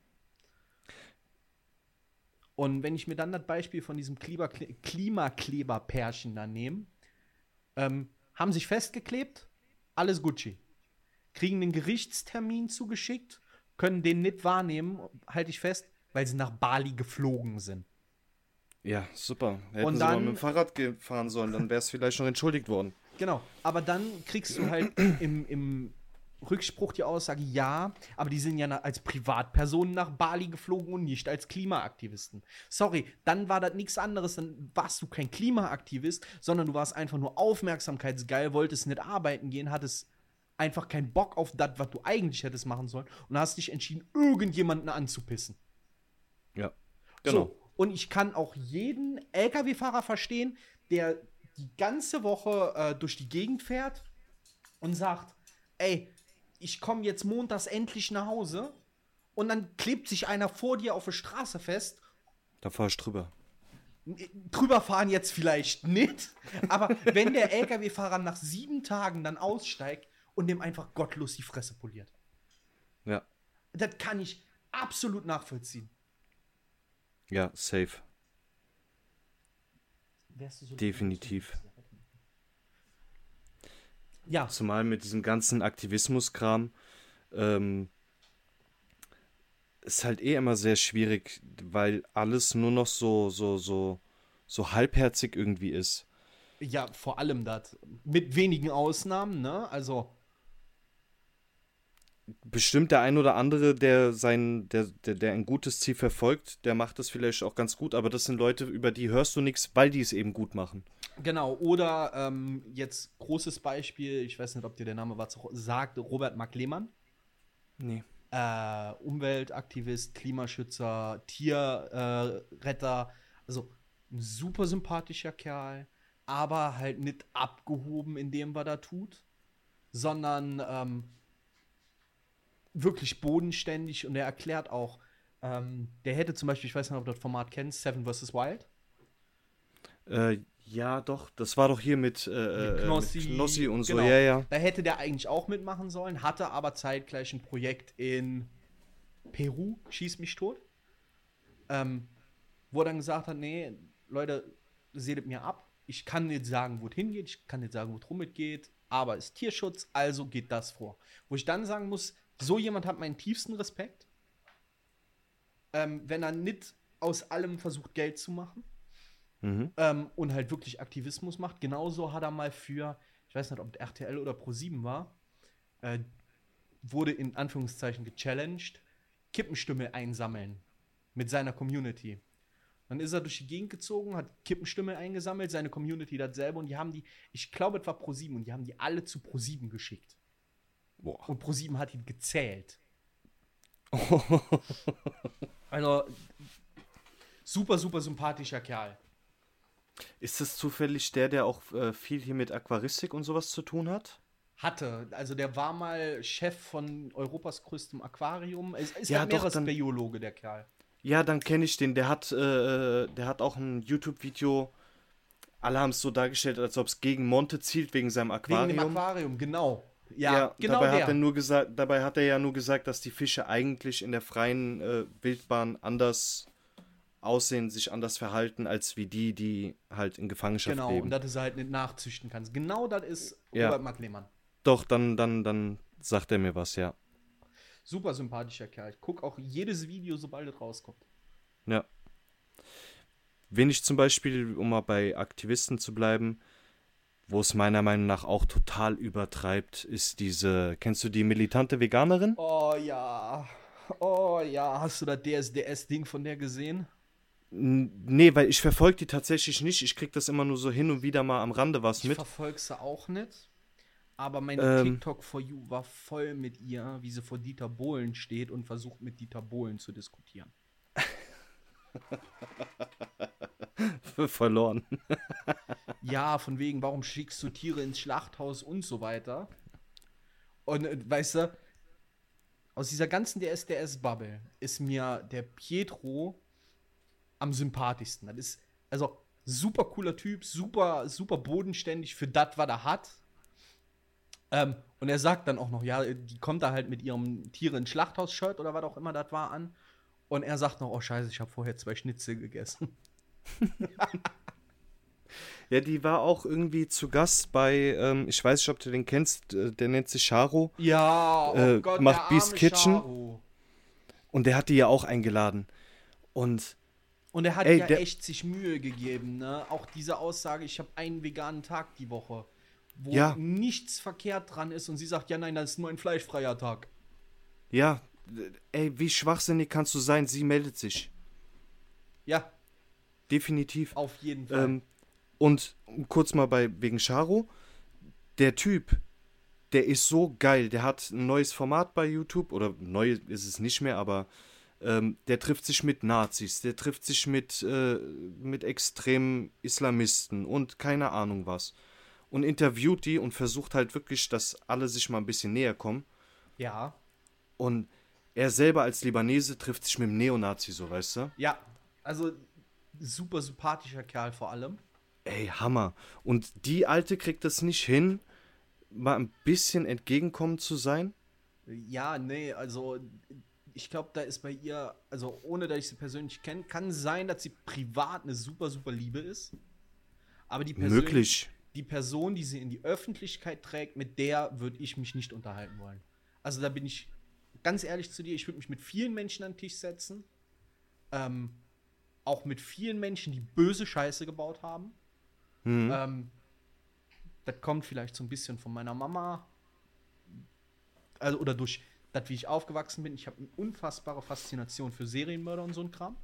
Und wenn ich mir dann das Beispiel von diesem Klimakle- Klimakleber-Pärchen da nehme, ähm, haben sich festgeklebt, alles Gucci. Kriegen einen Gerichtstermin zugeschickt, können den nicht wahrnehmen, halte ich fest, weil sie nach Bali geflogen sind. Ja, super. Hätten Und sie mal dann- mit dem Fahrrad gefahren sollen, dann wäre es vielleicht noch entschuldigt worden. Genau, aber dann kriegst du halt im, im Rückspruch die Aussage, ja, aber die sind ja na- als Privatpersonen nach Bali geflogen und nicht als Klimaaktivisten. Sorry, dann war das nichts anderes, dann warst du kein Klimaaktivist, sondern du warst einfach nur aufmerksamkeitsgeil, wolltest nicht arbeiten gehen, hattest einfach keinen Bock auf das, was du eigentlich hättest machen sollen und hast dich entschieden, irgendjemanden anzupissen. Ja, genau. So, und ich kann auch jeden L K W-Fahrer verstehen, der die ganze Woche äh, durch die Gegend fährt und sagt, ey, ich komme jetzt montags endlich nach Hause und dann klebt sich einer vor dir auf der Straße fest. Da fahr ich drüber. Drüber fahren jetzt vielleicht nicht, aber wenn der L K W-Fahrer nach sieben Tagen dann aussteigt und dem einfach gottlos die Fresse poliert. Ja. Das kann ich absolut nachvollziehen. Ja, safe. Wärst du so Definitiv. Ja. Zumal mit diesem ganzen Aktivismus-Kram ähm, ist halt eh immer sehr schwierig, weil alles nur noch so, so, so, so halbherzig irgendwie ist. Ja, vor allem das. Mit wenigen Ausnahmen, ne? Also. Bestimmt der ein oder andere, der sein, der, der, der ein gutes Ziel verfolgt, der macht das vielleicht auch ganz gut, aber das sind Leute, über die hörst du nichts, weil die es eben gut machen. Genau, oder ähm, jetzt großes Beispiel, ich weiß nicht, ob dir der Name was sagt, Robert Mark Lehmann. Nee. Äh, Umweltaktivist, Klimaschützer, Tierretter, äh, also ein super sympathischer Kerl, aber halt nicht abgehoben in dem, was er tut, sondern ähm, wirklich bodenständig und er erklärt auch, Ähm, der hätte zum Beispiel, ich weiß nicht, ob du das Format kennst, Seven versus. Wild. Äh, ja, doch, das war doch hier mit, Mit äh, äh, mit Knossi, Knossi und so, genau. ja, ja. Da hätte der eigentlich auch mitmachen sollen, hatte aber zeitgleich ein Projekt in Peru, schieß mich tot. Ähm, wo er dann gesagt hat, nee, Leute, seht mir ab. Ich kann nicht sagen, wo es hingeht, ich kann nicht sagen, wo es rumgeht, aber es ist Tierschutz, also geht das vor. Wo ich dann sagen muss, so jemand hat meinen tiefsten Respekt, ähm, wenn er nicht aus allem versucht, Geld zu machen. Mhm. Ähm, und halt wirklich Aktivismus macht. Genauso hat er mal für, ich weiß nicht, ob R T L oder ProSieben war, äh, wurde in Anführungszeichen gechallenged, Kippenstimme einsammeln mit seiner Community. Dann ist er durch die Gegend gezogen, hat Kippenstimme eingesammelt, seine Community dasselbe und die haben die, ich glaube, es war ProSieben und die haben die alle zu ProSieben geschickt. Boah. Und ProSieben hat ihn gezählt. Also, super, super sympathischer Kerl. Ist das zufällig der, der auch äh, viel hier mit Aquaristik und sowas zu tun hat? Hatte. Also der war mal Chef von Europas größtem Aquarium. Es ist Ja, halt doch, dann- Meeresbiologe, der Kerl. Ja, dann kenne ich den. Der hat, äh, der hat auch ein YouTube-Video. Alle haben es so dargestellt, als ob es gegen Monte zielt wegen seinem Wegen dem Aquarium. Aquarium, genau. Ja, Ja, genau dabei der. hat er nur gesagt, dabei hat er ja nur gesagt, dass die Fische eigentlich in der freien äh, Wildbahn anders aussehen, sich anders verhalten, als wie die, die halt in Gefangenschaft genau, leben. und dass du sie halt nicht nachzüchten kannst. Genau das ist Ja. Robert Mark Lehmann. Doch, dann, dann, dann sagt er mir was, ja. Super sympathischer Kerl. Ich gucke auch jedes Video, sobald es rauskommt. Ja. Wen ich zum Beispiel, um mal bei Aktivisten zu bleiben, wo es meiner Meinung nach auch total übertreibt, ist diese, kennst du die militante Veganerin? Oh ja. Oh ja. Hast du das D S D S-Ding von der gesehen? N- Nee, weil ich verfolge die tatsächlich nicht. Ich krieg das immer nur so hin und wieder mal am Rande was Ich mit. verfolge sie auch nicht. Aber mein Ähm. TikTok for You war voll mit ihr, wie sie vor Dieter Bohlen steht und versucht, mit Dieter Bohlen zu diskutieren. Verloren. Ja, von wegen, warum schickst du Tiere ins Schlachthaus und so weiter. Und äh, weißt du, aus dieser ganzen D S D S-Bubble ist mir der Pietro am sympathischsten. Das ist, also, super cooler Typ, super, super bodenständig für das, was er hat. Ähm, und er sagt dann auch noch, ja, die kommt da halt mit ihrem Tiere ins Schlachthaus-Shirt oder was auch immer das war an. Und er sagt noch, oh scheiße, ich habe vorher zwei Schnitzel gegessen. Ja, die war auch irgendwie zu Gast bei, ähm, ich weiß nicht, ob du den kennst, äh, der nennt sich Charo. Ja, oh Äh, Gott, macht der arme Beast Kitchen. Charo. Und der hat die ja auch eingeladen. Und Und er hat Ey, ja der- echt sich Mühe gegeben, ne? Auch diese Aussage, ich habe einen veganen Tag die Woche, wo Ja. nichts verkehrt dran ist und sie sagt, ja nein, das ist nur ein fleischfreier Tag. ja, ey, wie schwachsinnig kannst du sein? Sie meldet sich. Ja, Definitiv. auf jeden Fall. Ähm, und kurz mal bei wegen Charo. Der Typ, der ist so geil. Der hat ein neues Format bei YouTube. Oder neu ist es nicht mehr, aber ähm, der trifft sich mit Nazis. Der trifft sich mit, äh, mit extremen Islamisten und keine Ahnung was. Und interviewt die und versucht halt wirklich, dass alle sich mal ein bisschen näher kommen. Ja, Und er selber als Libanese trifft sich mit dem Neonazi, so, weißt du? ja, also super sympathischer Kerl vor allem. Ey, Hammer. Und die Alte kriegt das nicht hin, mal ein bisschen entgegenkommend zu sein? Ja, nee, also ich glaube, da ist bei ihr, also ohne dass ich sie persönlich kenne, kann sein, dass sie privat eine super, super Liebe ist. Aber die Person, Möglich. die Person, die sie in die Öffentlichkeit trägt, mit der würde ich mich nicht unterhalten wollen. Also da bin ich ganz ehrlich zu dir, ich würde mich mit vielen Menschen an den Tisch setzen. Ähm, auch mit vielen Menschen, die böse Scheiße gebaut haben. Mhm. Ähm, das kommt vielleicht so ein bisschen von meiner Mama. Also, oder durch das, wie ich aufgewachsen bin. Ich habe eine unfassbare Faszination für Serienmörder und so ein Kram.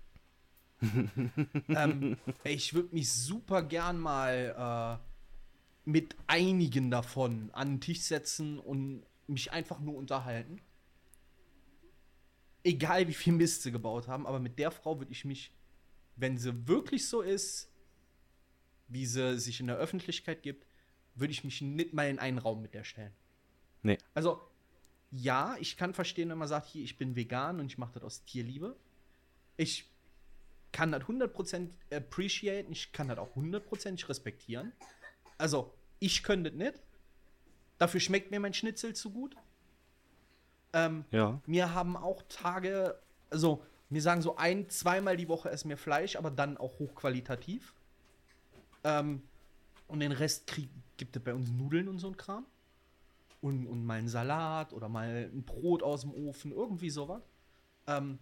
ähm, ey, ich würde mich super gern mal äh, mit einigen davon an den Tisch setzen und mich einfach nur unterhalten. Egal wie viel Mist sie gebaut haben, aber mit der Frau würde ich mich, wenn sie wirklich so ist, wie sie sich in der Öffentlichkeit gibt, würde ich mich nicht mal in einen Raum mit der stellen. Nee. Also, ja, ich kann verstehen, wenn man sagt, hier, ich bin vegan und ich mache das aus Tierliebe. Ich kann das hundert Prozent appreciaten, ich kann das auch hundert Prozent respektieren. Also, ich könnte das nicht. Dafür schmeckt mir mein Schnitzel zu gut. Ähm, Ja. Mir haben auch Tage, also, mir sagen so ein-, zweimal die Woche essen wir Fleisch, aber dann auch hochqualitativ. Ähm, und den Rest krieg, gibt es bei uns Nudeln und so ein Kram. Und, und mal einen Salat oder mal ein Brot aus dem Ofen, irgendwie sowas. Ähm,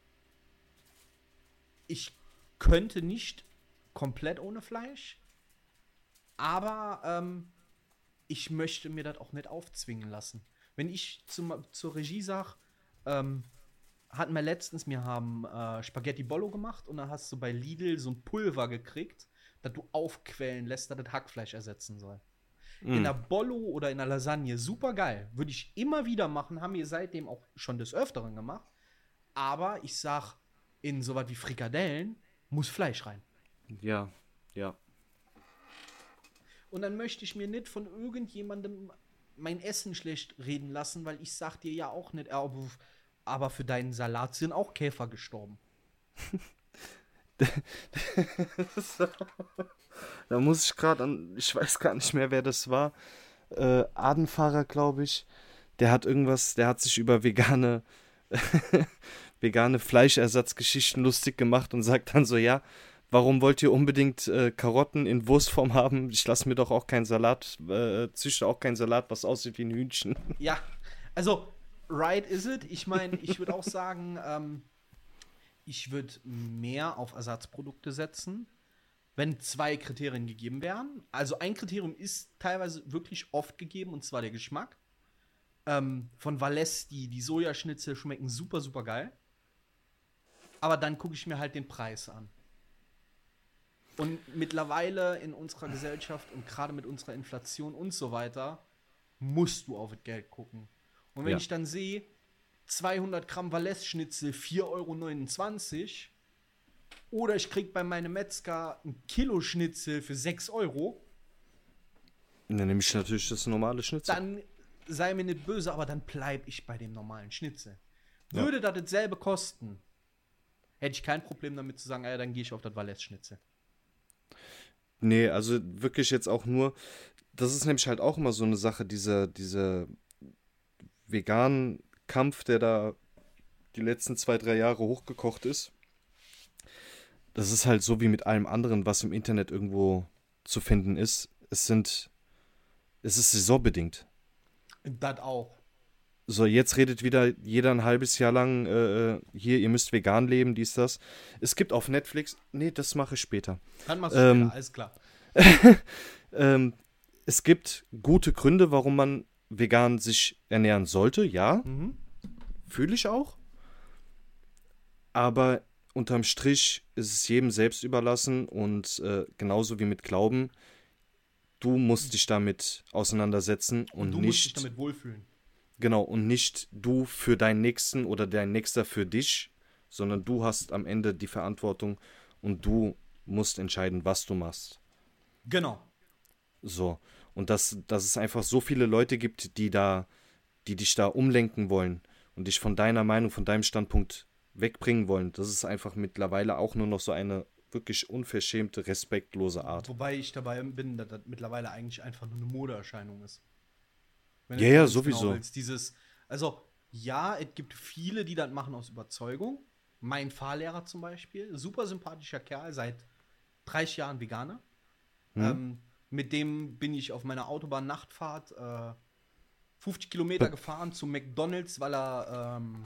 ich könnte nicht komplett ohne Fleisch, aber ähm, ich möchte mir das auch nicht aufzwingen lassen. Wenn ich zum, zur Regie sage, ähm, hatten wir letztens, wir haben äh, Spaghetti Bollo gemacht und dann hast du bei Lidl so ein Pulver gekriegt, das du aufquellen lässt, das das Hackfleisch ersetzen soll. Mm. In der Bollo oder in der Lasagne, super geil. Würde ich immer wieder machen, haben wir seitdem auch schon des Öfteren gemacht. Aber ich sag, in sowas wie Frikadellen muss Fleisch rein. Ja, ja. Und dann möchte ich mir nicht von irgendjemandem mein Essen schlecht reden lassen, weil ich sag dir ja auch nicht, aber für deinen Salat sind auch Käfer gestorben. Da muss ich gerade an, ich weiß gar nicht mehr, wer das war. Äh, Adenfahrer, glaube ich. Der hat irgendwas, der hat sich über vegane, vegane Fleischersatzgeschichten lustig gemacht und sagt dann so, ja, warum wollt ihr unbedingt äh, Karotten in Wurstform haben? Ich lasse mir doch auch keinen Salat, äh, züchte auch keinen Salat, was aussieht wie ein Hühnchen. Ja, also, right is it. Ich meine, ich würde auch sagen, ähm, ich würde mehr auf Ersatzprodukte setzen, wenn zwei Kriterien gegeben wären. Also ein Kriterium ist teilweise wirklich oft gegeben, und zwar der Geschmack. Ähm, von Valles, die, die Sojaschnitzel schmecken super, super geil. Aber dann gucke ich mir halt den Preis an. Und mittlerweile in unserer Gesellschaft und gerade mit unserer Inflation und so weiter, musst du auf das Geld gucken. Und wenn Ja. ich dann sehe, zweihundert Gramm Valais-Schnitzel, vier Euro neunundzwanzig, oder ich krieg bei meinem Metzger ein Kilo Schnitzel für sechs Euro, Und dann nehme ich natürlich das normale Schnitzel. dann sei mir nicht böse, aber dann bleib ich bei dem normalen Schnitzel. Ja. Würde das dasselbe kosten, hätte ich kein Problem damit zu sagen, ja, dann gehe ich auf das Valais-Schnitzel. Nee, also wirklich jetzt auch nur, das ist nämlich halt auch immer so eine Sache, dieser, dieser veganen Kampf, der da die letzten zwei, drei Jahre hochgekocht ist. Das ist halt so wie mit allem anderen, was im Internet irgendwo zu finden ist. Es sind, es ist saisonbedingt. Das auch. So, jetzt redet wieder jeder ein halbes Jahr lang, äh, hier, ihr müsst vegan leben, dies, das. Es gibt auf Netflix, nee, das mache ich später. Dann machst du Ähm, später, alles klar. ähm, es gibt gute Gründe, warum man vegan sich ernähren sollte, ja, Mhm. fühle ich auch. Aber unterm Strich ist es jedem selbst überlassen und äh, genauso wie mit Glauben, du musst dich damit auseinandersetzen und, Und du musst dich nicht, damit wohlfühlen. genau, und nicht du für deinen Nächsten oder dein Nächster für dich, sondern du hast am Ende die Verantwortung und du musst entscheiden, was du machst. Genau. So. Und dass, dass es einfach so viele Leute gibt, die da, die dich da umlenken wollen und dich von deiner Meinung, von deinem Standpunkt wegbringen wollen, das ist einfach mittlerweile auch nur noch so eine wirklich unverschämte, respektlose Art. Wobei ich dabei bin, dass das mittlerweile eigentlich einfach nur eine Modeerscheinung ist. Wenn Ja, du ja, ganz sowieso. Genau willst. Dieses, also, ja, es gibt viele, die das machen aus Überzeugung. Mein Fahrlehrer zum Beispiel, super sympathischer Kerl, seit dreißig Jahren Veganer. Hm? Ähm, mit dem bin ich auf meiner Autobahn-Nachtfahrt äh, fünfzig Kilometer Be- gefahren zu McDonalds, weil er ähm,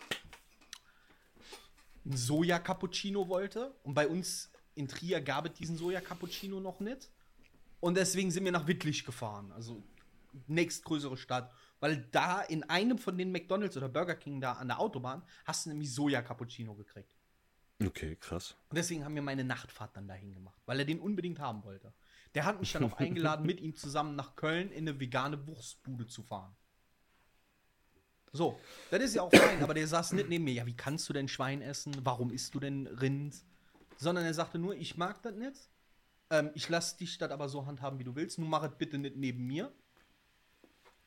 ein Soja-Cappuccino wollte. Und bei uns in Trier gab es diesen Soja-Cappuccino noch nicht. Und deswegen sind wir nach Wittlich gefahren, also nächstgrößere Stadt. Weil da in einem von den McDonalds oder Burger King da an der Autobahn hast du nämlich Soja-Cappuccino gekriegt. Okay, krass. Und deswegen haben wir meine Nachtfahrt dann dahin gemacht, weil er den unbedingt haben wollte. Der hat mich dann auch eingeladen, mit ihm zusammen nach Köln in eine vegane Wurstbude zu fahren. So, das ist ja auch fein, aber der saß nicht neben mir. Ja, wie kannst du denn Schwein essen? Warum isst du denn Rind? Sondern er sagte nur, ich mag das nicht. Ähm, ich lasse dich das aber so handhaben, wie du willst. Nun mach es bitte nicht neben mir.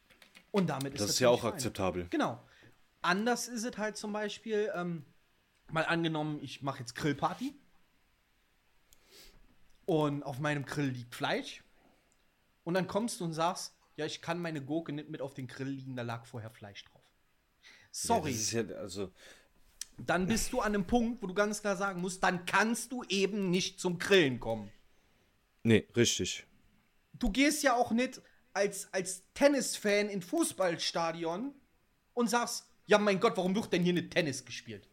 Und damit ist Das das ist ja völlig auch fein. akzeptabel. Genau. Anders ist es halt zum Beispiel, ähm, mal angenommen, ich mache jetzt Grillparty und auf meinem Grill liegt Fleisch und dann kommst du und sagst, ja, ich kann meine Gurke nicht mit auf den Grill liegen, da lag vorher Fleisch drauf. Sorry. Ja, das ist ja, also, Dann bist du an einem Punkt, wo du ganz klar sagen musst, dann kannst du eben nicht zum Grillen kommen. nee, richtig. Du gehst ja auch nicht als, als Tennisfan in Fußballstadion und sagst, ja mein Gott, warum wird denn hier nicht Tennis gespielt?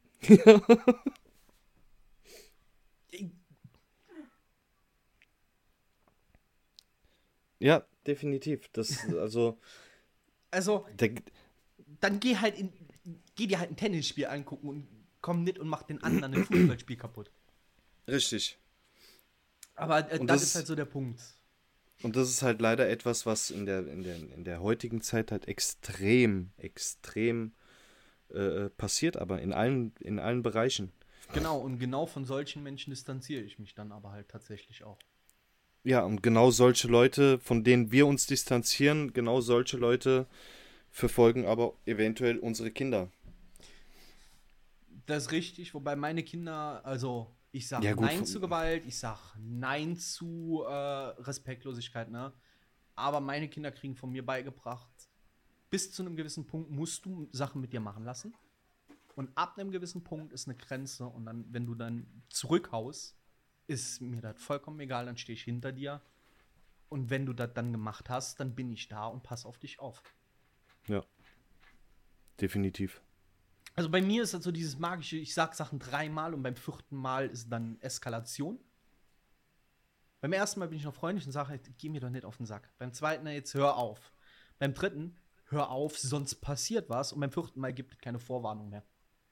Ja, definitiv. Das, also, Also, der, dann geh halt in, geh dir halt ein Tennisspiel angucken und komm nicht und mach den anderen ein Fußballspiel kaputt. richtig. Aber äh, Und das, das- ist halt so der Punkt. Und das ist halt leider etwas, was in der, in der, in der heutigen Zeit halt extrem, extrem äh, passiert, aber in allen, in allen Bereichen. Genau, und genau von solchen Menschen distanziere ich mich dann aber halt tatsächlich auch. Ja, und genau solche Leute, von denen wir uns distanzieren, genau solche Leute verfolgen aber eventuell unsere Kinder. Das ist richtig, wobei meine Kinder, also ich sage Ja, gut, Nein von- zu Gewalt, ich sage Nein zu äh, Respektlosigkeit, ne? Aber meine Kinder kriegen von mir beigebracht, bis zu einem gewissen Punkt musst du Sachen mit dir machen lassen. Und ab einem gewissen Punkt ist eine Grenze und dann, wenn du dann zurückhaust, ist mir das vollkommen egal, dann stehe ich hinter dir. Und wenn du das dann gemacht hast, dann bin ich da und pass auf dich auf. Ja, definitiv. Also bei mir ist das so dieses magische, ich sag Sachen dreimal und beim vierten Mal ist dann Eskalation. Beim ersten Mal bin ich noch freundlich und sage, geh mir doch nicht auf den Sack. Beim zweiten Mal jetzt hör auf. Beim dritten, hör auf, sonst passiert was. Und beim vierten Mal gibt es keine Vorwarnung mehr.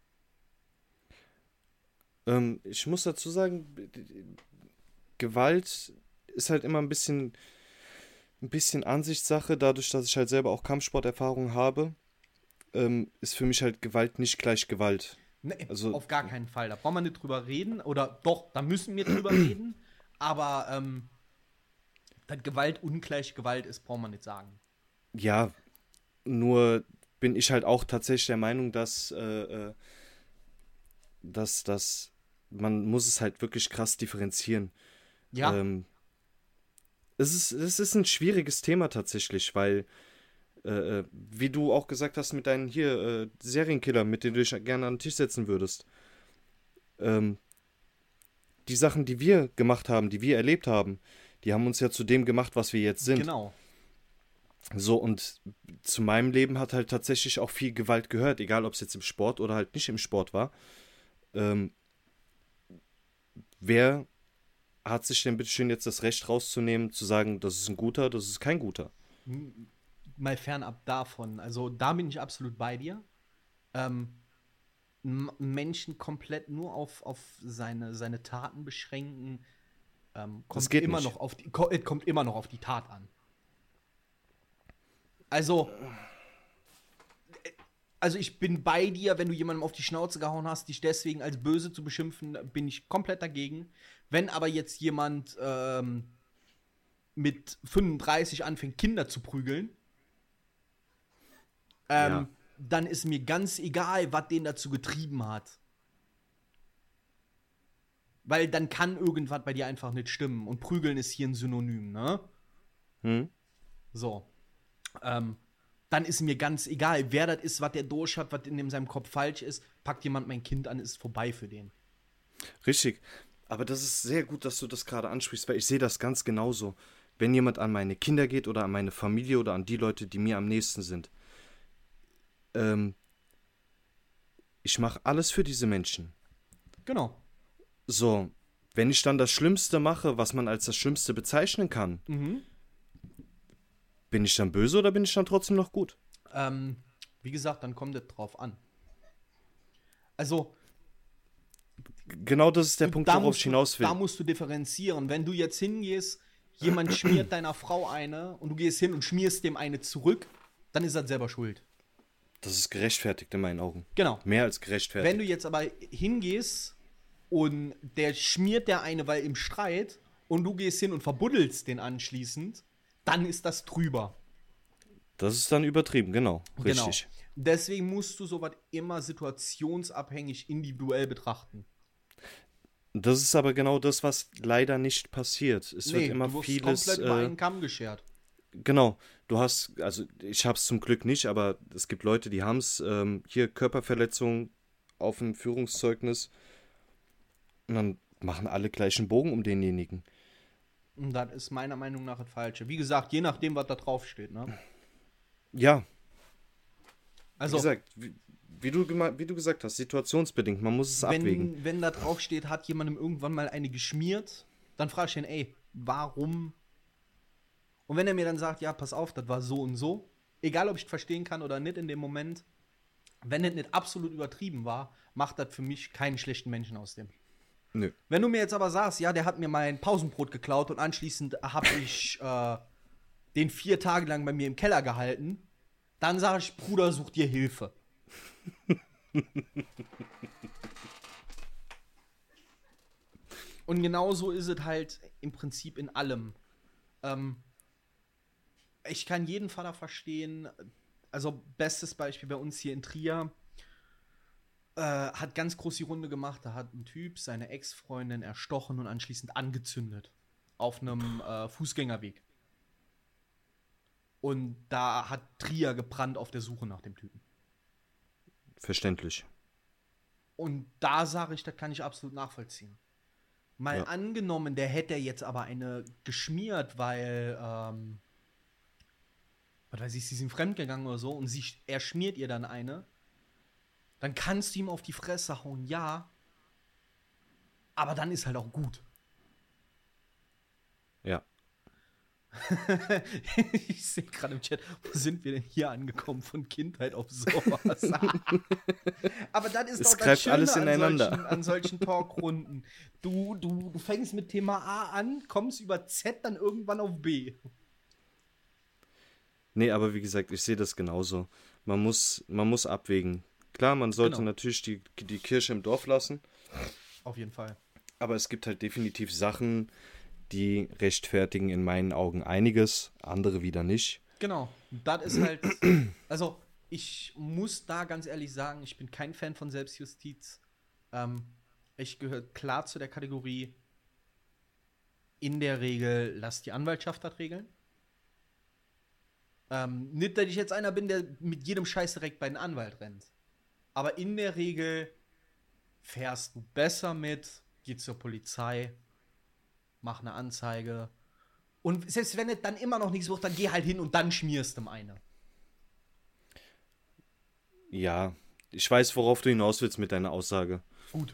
Ähm, ich muss dazu sagen, Gewalt ist halt immer ein bisschen, ein bisschen Ansichtssache, dadurch, dass ich halt selber auch Kampfsporterfahrung habe, ähm, ist für mich halt Gewalt nicht gleich Gewalt. Nee, Also- auf gar keinen Fall. Da brauchen wir nicht drüber reden. Oder doch, da müssen wir drüber reden. Aber ähm, dass Gewalt ungleich Gewalt ist, brauchen wir nicht sagen. Ja, nur bin ich halt auch tatsächlich der Meinung, dass, äh, äh, dass, dass man muss es halt wirklich krass differenzieren. Ja, Ähm, es ist, es ist ein schwieriges Thema tatsächlich, weil, äh, äh, wie du auch gesagt hast mit deinen hier äh, Serienkiller, mit denen du dich gerne an den Tisch setzen würdest, ähm, die Sachen, die wir gemacht haben, die wir erlebt haben, die haben uns ja zu dem gemacht, was wir jetzt sind. genau. So, und zu meinem Leben hat halt tatsächlich auch viel Gewalt gehört, egal ob es jetzt im Sport oder halt nicht im Sport war. Ähm, wer hat sich denn bitte schön jetzt das Recht rauszunehmen, zu sagen, das ist ein guter, das ist kein guter? M- Mal fernab davon. Also da bin ich absolut bei dir. Ähm, M- Menschen komplett nur auf, auf seine, seine Taten beschränken, ähm, kommt geht immer nicht. noch auf die, ko- äh, kommt immer noch auf die Tat an. Also, äh, also ich bin bei dir, wenn du jemandem auf die Schnauze gehauen hast, dich deswegen als böse zu beschimpfen, bin ich komplett dagegen. Wenn aber jetzt jemand ähm, mit fünfunddreißig anfängt, Kinder zu prügeln, ähm, Ja. dann ist mir ganz egal, was den dazu getrieben hat. Weil dann kann irgendwas bei dir einfach nicht stimmen. Und prügeln ist hier ein Synonym, ne? Hm? So. Ähm, dann ist mir ganz egal, wer das ist, was der durch hat, was in dem seinem Kopf falsch ist. Packt jemand mein Kind an, ist vorbei für den. Richtig. Aber das ist sehr gut, dass du das gerade ansprichst, weil ich sehe das ganz genauso. Wenn jemand an meine Kinder geht oder an meine Familie oder an die Leute, die mir am nächsten sind, ähm, ich mache alles für diese Menschen. Genau. So, wenn ich dann das Schlimmste mache, was man als das Schlimmste bezeichnen kann, Mhm. bin ich dann böse oder bin ich dann trotzdem noch gut? Ähm, wie gesagt, dann kommt es drauf an. Also, Genau das ist der Punkt, da worauf musst ich du, hinaus will. da musst du differenzieren. Wenn du jetzt hingehst, jemand schmiert deiner Frau eine und du gehst hin und schmierst dem eine zurück, dann ist er selber schuld. Das ist gerechtfertigt in meinen Augen. Genau. Mehr als gerechtfertigt. Wenn du jetzt aber hingehst und der schmiert der eine, weil im Streit, und du gehst hin und verbuddelst den anschließend, dann ist das drüber. Das ist dann übertrieben, genau. Genau. Richtig. Deswegen musst du sowas immer situationsabhängig individuell betrachten. Das ist aber genau das, was leider nicht passiert. Es Nee, wird immer du wirst vieles. komplett über Äh, einen Kamm geschert. genau, du hast, also ich hab's zum Glück nicht, aber es gibt Leute, die haben's. Ähm, hier Körperverletzung auf dem Führungszeugnis. Und dann machen alle gleich einen Bogen um denjenigen. Und das ist meiner Meinung nach das Falsche. Wie gesagt, je nachdem, was da draufsteht, ne? Ja, Also, wie gesagt, wie, wie, du, gema- wie du gesagt hast, situationsbedingt, man muss es abwägen. wenn, wenn da draufsteht, hat jemandem irgendwann mal eine geschmiert, dann frage ich ihn, ey, warum? Und wenn er mir dann sagt, ja, pass auf, das war so und so, egal ob ich es verstehen kann oder nicht in dem Moment, wenn das nicht absolut übertrieben war, macht das für mich keinen schlechten Menschen aus dem. Nö. Wenn du mir jetzt aber sagst, ja, der hat mir mein Pausenbrot geklaut und anschließend habe ich äh, den vier Tage lang bei mir im Keller gehalten, dann sage ich, Bruder, such dir Hilfe. Und genauso ist es halt im Prinzip in allem. Ähm, ich kann jeden Vater verstehen. Also, bestes Beispiel bei uns hier in Trier. Äh, hat ganz groß die Runde gemacht. Da hat ein Typ seine Ex-Freundin erstochen und anschließend angezündet. Auf einem äh, Fußgängerweg. Und da hat Trier gebrannt auf der Suche nach dem Typen. Verständlich. Und da sage ich, das kann ich absolut nachvollziehen. Mal Ja. angenommen, der hätte jetzt aber eine geschmiert, weil, ähm, was weiß ich, sie sind fremdgegangen oder so und sie, er schmiert ihr dann eine, dann kannst du ihm auf die Fresse hauen, ja, aber dann ist halt auch gut. Ja. Ich sehe gerade im Chat, wo sind wir denn hier angekommen von Kindheit auf sowas? Aber das ist Es doch das greift Schöne alles an ineinander. solchen, an solchen Talkrunden. Du, du, du fängst mit Thema A an, kommst über Z dann irgendwann auf B. Nee, aber wie gesagt, ich sehe das genauso. Man muss, man muss abwägen. Klar, man sollte Genau. natürlich die, die Kirche im Dorf lassen, Auf jeden Fall. aber es gibt halt definitiv Sachen, die rechtfertigen in meinen Augen einiges, andere wieder nicht. Genau. Das ist halt, also ich muss da ganz ehrlich sagen, ich bin kein Fan von Selbstjustiz. Ähm, ich gehöre klar zu der Kategorie, in der Regel, lass die Anwaltschaft das regeln. Ähm, nicht, dass ich jetzt einer bin, der mit jedem Scheiß direkt bei den Anwalt rennt. Aber in der Regel fährst du besser mit, geh zur Polizei, mach eine Anzeige. Und selbst wenn es dann immer noch nichts wird, dann geh halt hin und dann schmierst du ihm eine. Ja, ich weiß, worauf du hinaus willst mit deiner Aussage. Gut.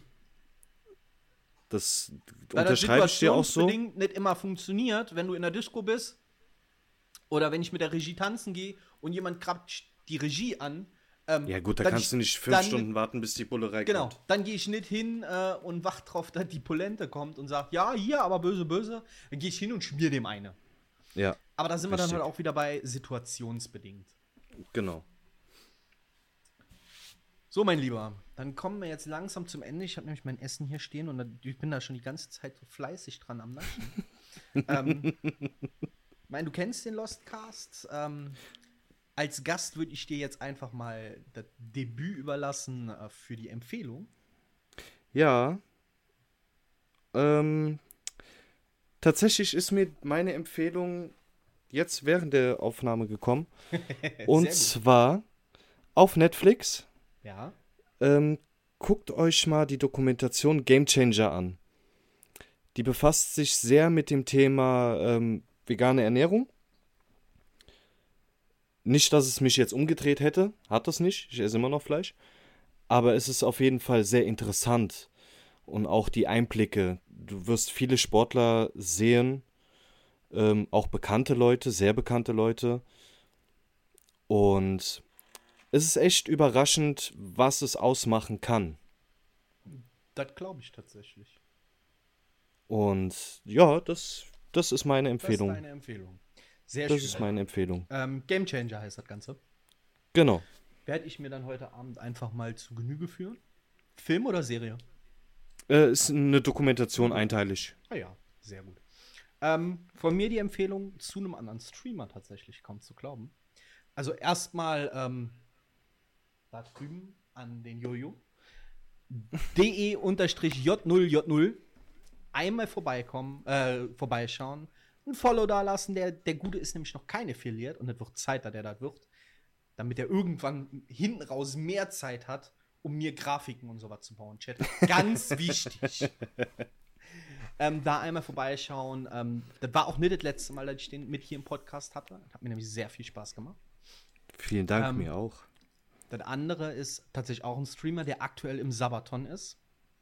Das Weil das unterschreibe ich dir auch so. situationsbedingt nicht immer funktioniert, wenn du in der Disco bist oder wenn ich mit der Regie tanzen gehe und jemand grabt die Regie an. Ähm, Ja gut, da dann kannst ich- du nicht fünf dann- Stunden warten, bis die Bullerei Genau, kommt. dann gehe ich nicht hin äh, und wach drauf, dass die Polente kommt und sagt, ja, hier, aber böse, böse. Dann gehe ich hin und schmier dem eine. Ja, Aber da sind wir dann Richtig. halt auch wieder bei situationsbedingt. genau. So, mein Lieber, dann kommen wir jetzt langsam zum Ende. Ich habe nämlich mein Essen hier stehen und da- ich bin da schon die ganze Zeit so fleißig dran am Naschen. ähm, ich meine, du kennst den Lostcast. Ähm, als Gast würde ich dir jetzt einfach mal das Debüt überlassen äh, für die Empfehlung. Ja. Ähm, tatsächlich ist mir meine Empfehlung jetzt während der Aufnahme gekommen. Und Sehr gut. zwar auf Netflix. Ja. Ähm, guckt euch mal die Dokumentation Game Changer an. Die befasst sich sehr mit dem Thema ähm, vegane Ernährung. Nicht, dass es mich jetzt umgedreht hätte, hat es nicht. Ich esse immer noch Fleisch. Aber es ist auf jeden Fall sehr interessant. Und auch die Einblicke. Du wirst viele Sportler sehen, ähm, auch bekannte Leute, sehr bekannte Leute. Und es ist echt überraschend, was es ausmachen kann. Das glaube ich tatsächlich. Und ja, das, das ist meine Das ist Empfehlung. deine Empfehlung. Sehr Das schön. ist meine Empfehlung. Ähm, Game Changer heißt das Ganze. Genau. Werde ich mir dann heute Abend einfach mal zu Genüge führen. Film oder Serie? Äh, ist eine Dokumentation einteilig. Ah ja, sehr gut. Ähm, von mir die Empfehlung zu einem anderen Streamer tatsächlich, kaum zu glauben. Also erstmal, ähm, da drüben an den Jojo. de-j null j null. Einmal vorbeikommen, äh, vorbeischauen. Ein Follow da lassen. Der, der Gute ist nämlich noch kein Affiliate und es wird Zeit, dass der das wird. Damit er irgendwann hinten raus mehr Zeit hat, um mir Grafiken und sowas zu bauen. Chat. Ganz wichtig. ähm, da einmal vorbeischauen. Ähm, das war auch nicht das letzte Mal, dass ich den mit hier im Podcast hatte. Das hat mir nämlich sehr viel Spaß gemacht. Vielen Dank, ähm, mir auch. Das andere ist tatsächlich auch ein Streamer, der aktuell im Sabaton ist.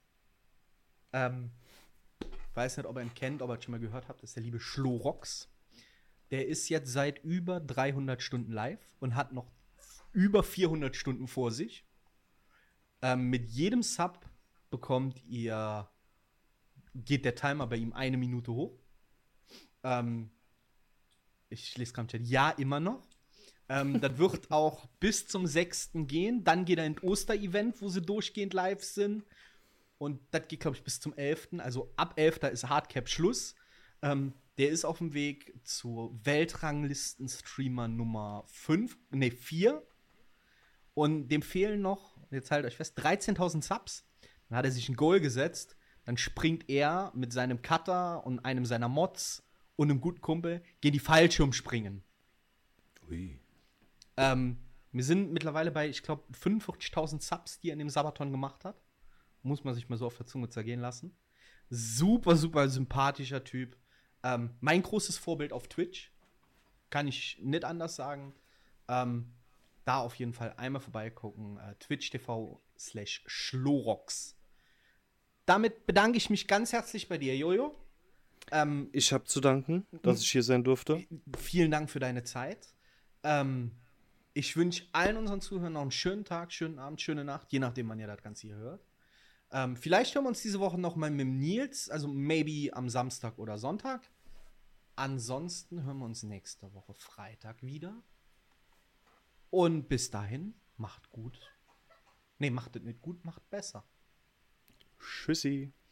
Ähm, weiß nicht, ob ihr ihn kennt, ob ihr ihn schon mal gehört habt. Das ist der liebe Schlorox. Der ist jetzt seit über dreihundert Stunden live und hat noch über vierhundert Stunden vor sich. Ähm, mit jedem Sub bekommt ihr, geht der Timer bei ihm eine Minute hoch. Ähm, ich lese gerade im Chat, ja, immer noch. Ähm, das wird auch bis zum sechsten gehen. Dann geht er in ein Oster-Event, wo sie durchgehend live sind. Und das geht, glaube ich, bis zum elften Also ab elften ist Hardcap Schluss. Ähm, der ist auf dem Weg zur Weltranglisten-Streamer Nummer fünf, nee, vier. Und dem fehlen noch, jetzt haltet euch fest, dreizehntausend Subs. Dann hat er sich ein Goal gesetzt. Dann springt er mit seinem Cutter und einem seiner Mods und einem guten Kumpel gegen die Fallschirmspringen. Ui. Ähm, wir sind mittlerweile bei, ich glaube, fünfundvierzigtausend Subs, die er in dem Sabaton gemacht hat. Muss man sich mal so auf der Zunge zergehen lassen. Super, super sympathischer Typ. Ähm, mein großes Vorbild auf Twitch. Kann ich nicht anders sagen. Ähm, da auf jeden Fall einmal vorbeigucken. Äh, Twitch.tv slash Schlorox. Damit bedanke ich mich ganz herzlich bei dir, Jojo. Ähm, ich habe zu danken, dass ich hier sein durfte. Vielen Dank für deine Zeit. Ähm, ich wünsche allen unseren Zuhörern noch einen schönen Tag, schönen Abend, schöne Nacht, je nachdem, wann ihr das Ganze hier hört. Ähm, vielleicht hören wir uns diese Woche noch mal mit dem Nils, also maybe am Samstag oder Sonntag. Ansonsten hören wir uns nächste Woche Freitag wieder. Und bis dahin, macht gut. Nee, macht es nicht gut, macht besser. Tschüssi.